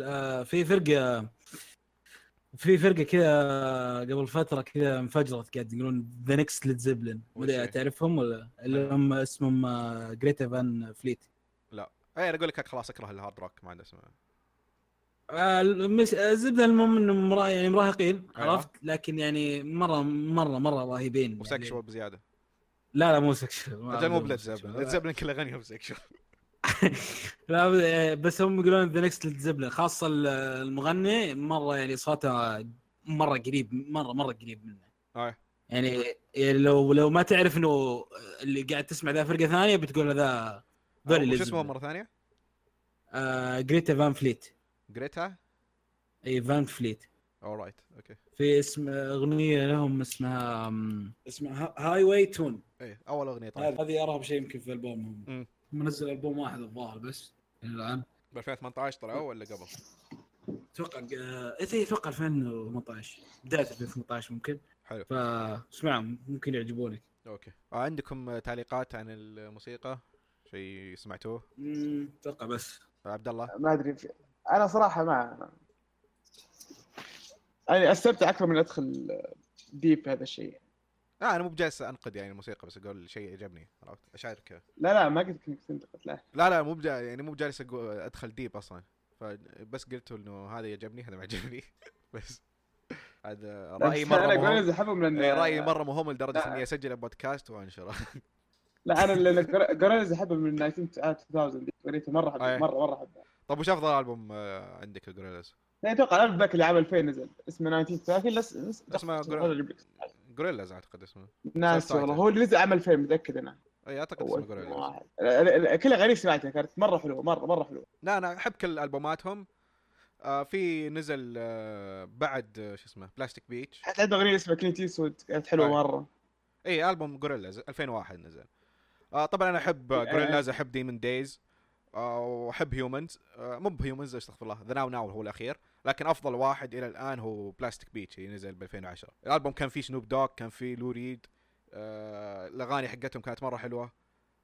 في فرقه كذا قبل فتره كذا انفجرت قاعد يقولون ذا نيكست ليدزبلن، ما تعرفهم ولا اللي هم اسمهم جريتا فان فليت؟ لا انا اقول لك خلاص اكره الهارد روك ما عنده اسمه. الزبده المهم انهم يعني مراهقين عرفت، لكن يعني مره رهيبين وسكشوال يعني. بزياده. لا مو سكشوال، اجل مو ليدزبلن كله غني وسكشوال. لا بس هم يقولون ذا نيكست ليدزبلن، خاصه المغني مره يعني صوته مره قريب، مره قريب منه. يعني لو ما تعرف انه اللي قاعد تسمع ذا فرقه ثانيه بتقول ذا وش اسمه مره ثانيه؟ جريتا فان فليت. جريتا اي فان فليت. اورايت اوكي. في اسم اغنيه لهم اسمها هاي واي تون. اي اول اغنيه طيب. هذه اراها شيء يمكن في البومهم. منزل البوم واحد الظاهر بس الان ب 2018 طلع ولا قبل؟ اتوقع 2018 بدايه 2018 ممكن. حلو. فاسمعهم ممكن يعجبونك. اوكي. عندكم تعليقات عن الموسيقى شيء سمعتوه؟ اتوقع بس عبد الله ما ادري انا صراحه ما يعني استمتع اكثر من ادخل ديب هذا الشيء. انا مو بجالس انقد يعني الموسيقى، بس اقول شيء عجبني عرفت اشارك. لا ما قلت انك تنتقد. لا مو يعني مو بجالس ادخل ديب اصلا، فبس قلت انه هذا يعجبني هذا ما عجبني. بس هذا رايي مره مهم. رايي مره مهم لدرجه اني اسجل بودكاست وانشره. لا انا اللي جوريلاز احبه من 2000 قريته مره حبه مره حبه. طب وش افضل البوم عندك الجوريلاز؟ لا اتوقع الالبوم ذاك اللي عمل فيه نزل اسمه 1930 اسمه جوريلاز اعتقد اسمه ناس والله هو اللي نزل عمل فيه متاكد انا. اي اعتقد اسمه جوريلاز. كل اغاني سمعتها كانت مره حلوه مره حلوه. لا انا احب كل البوماتهم. في نزل بعد شو اسمه بلاستيك بيتش، حتى عنده اغنيه اسمها كلينت إيستوود كانت حلوه مره. اي البوم جوريلاز 2001 نزل. طبعا انا احب جوريلاز، احب ديمون دايز، واحب هيومنز. مو بهيومنز استغفر الله، ذا ناو هو الاخير، لكن افضل واحد الى الان هو بلاستيك بيتش اللي نزل ب 2010. الالبوم كان فيه سنوب دوغ، كان فيه لو ريد. الاغاني حقتهم كانت مره حلوه.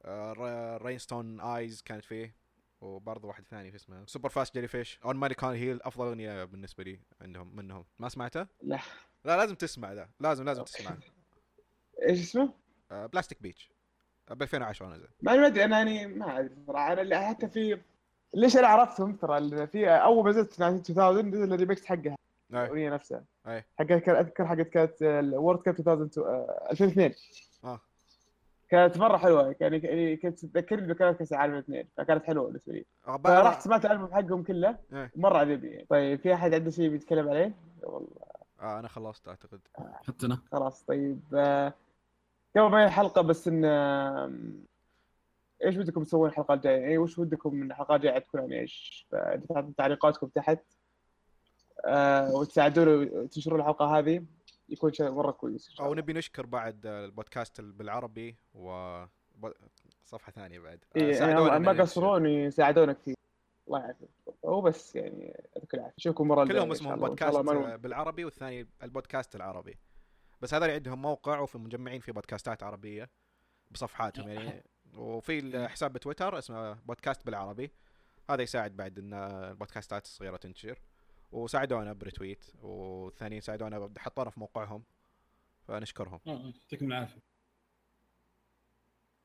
رينستون ايز كانت فيه، وبرضه واحد ثاني اسمه سوبر فاست جيلي فيش. اون ماني كان هي افضل اغنيه بالنسبه لي منهم. ما سمعته؟ لا لازم تسمع ذا، لازم تسمع. ايش اسمه؟ بلاستيك بيتش ب 2010 نزل. ما ادري انا يعني ما ادري صراحه. انا حتى في ليش انا عرفتهم ترى في اول ما نزلت 2000 نزل الريميكس حقها الاغنيه نفسها حقت اذكر حقت كانت الورد كاب 2002 كانت مره حلوه يعني كانت تذكرني بكانت كاس العالم 2 فكانت حلوه بالنسبه لي. فرحت سمعت الالبوم حقهم كله مره عجبني يعني. طيب في احد عنده شيء بيتكلم عليه؟ والله انا خلصت اعتقد. حتى انا خلاص. طيب قبل ما الحلقه بس ان ايش بدكم تسوون الحلقه الجايه؟ يعني وش ودكم من الحلقه الجايه تكون يعني ايش؟ فتحطوا تعليقاتكم تحت وتساعدونا وتنشروا الحلقه هذه يكون شيء مره كويس. او نبي نشكر بعد البودكاست بالعربي وصفحه ثانيه بعد ساعدونا ما قصروني ساعدونا كثير الله يعافيك. هو بس يعني يعطيك العافيه. اشوفكم مره كلهم اسمهم بودكاست بالعربي والثاني البودكاست العربي، بس هذول عندهم موقع وفي مجمعين في بودكاستات عربيه بصفحاتهم يعني. وفي حساب بتويتر اسمه بودكاست بالعربي، هذا يساعد بعد ان البودكاستات الصغيره تنتشر. وساعدونا بريتويت، والثانيين ساعدونا حطونا في موقعهم فنشكرهم. يعطيكم العافيه.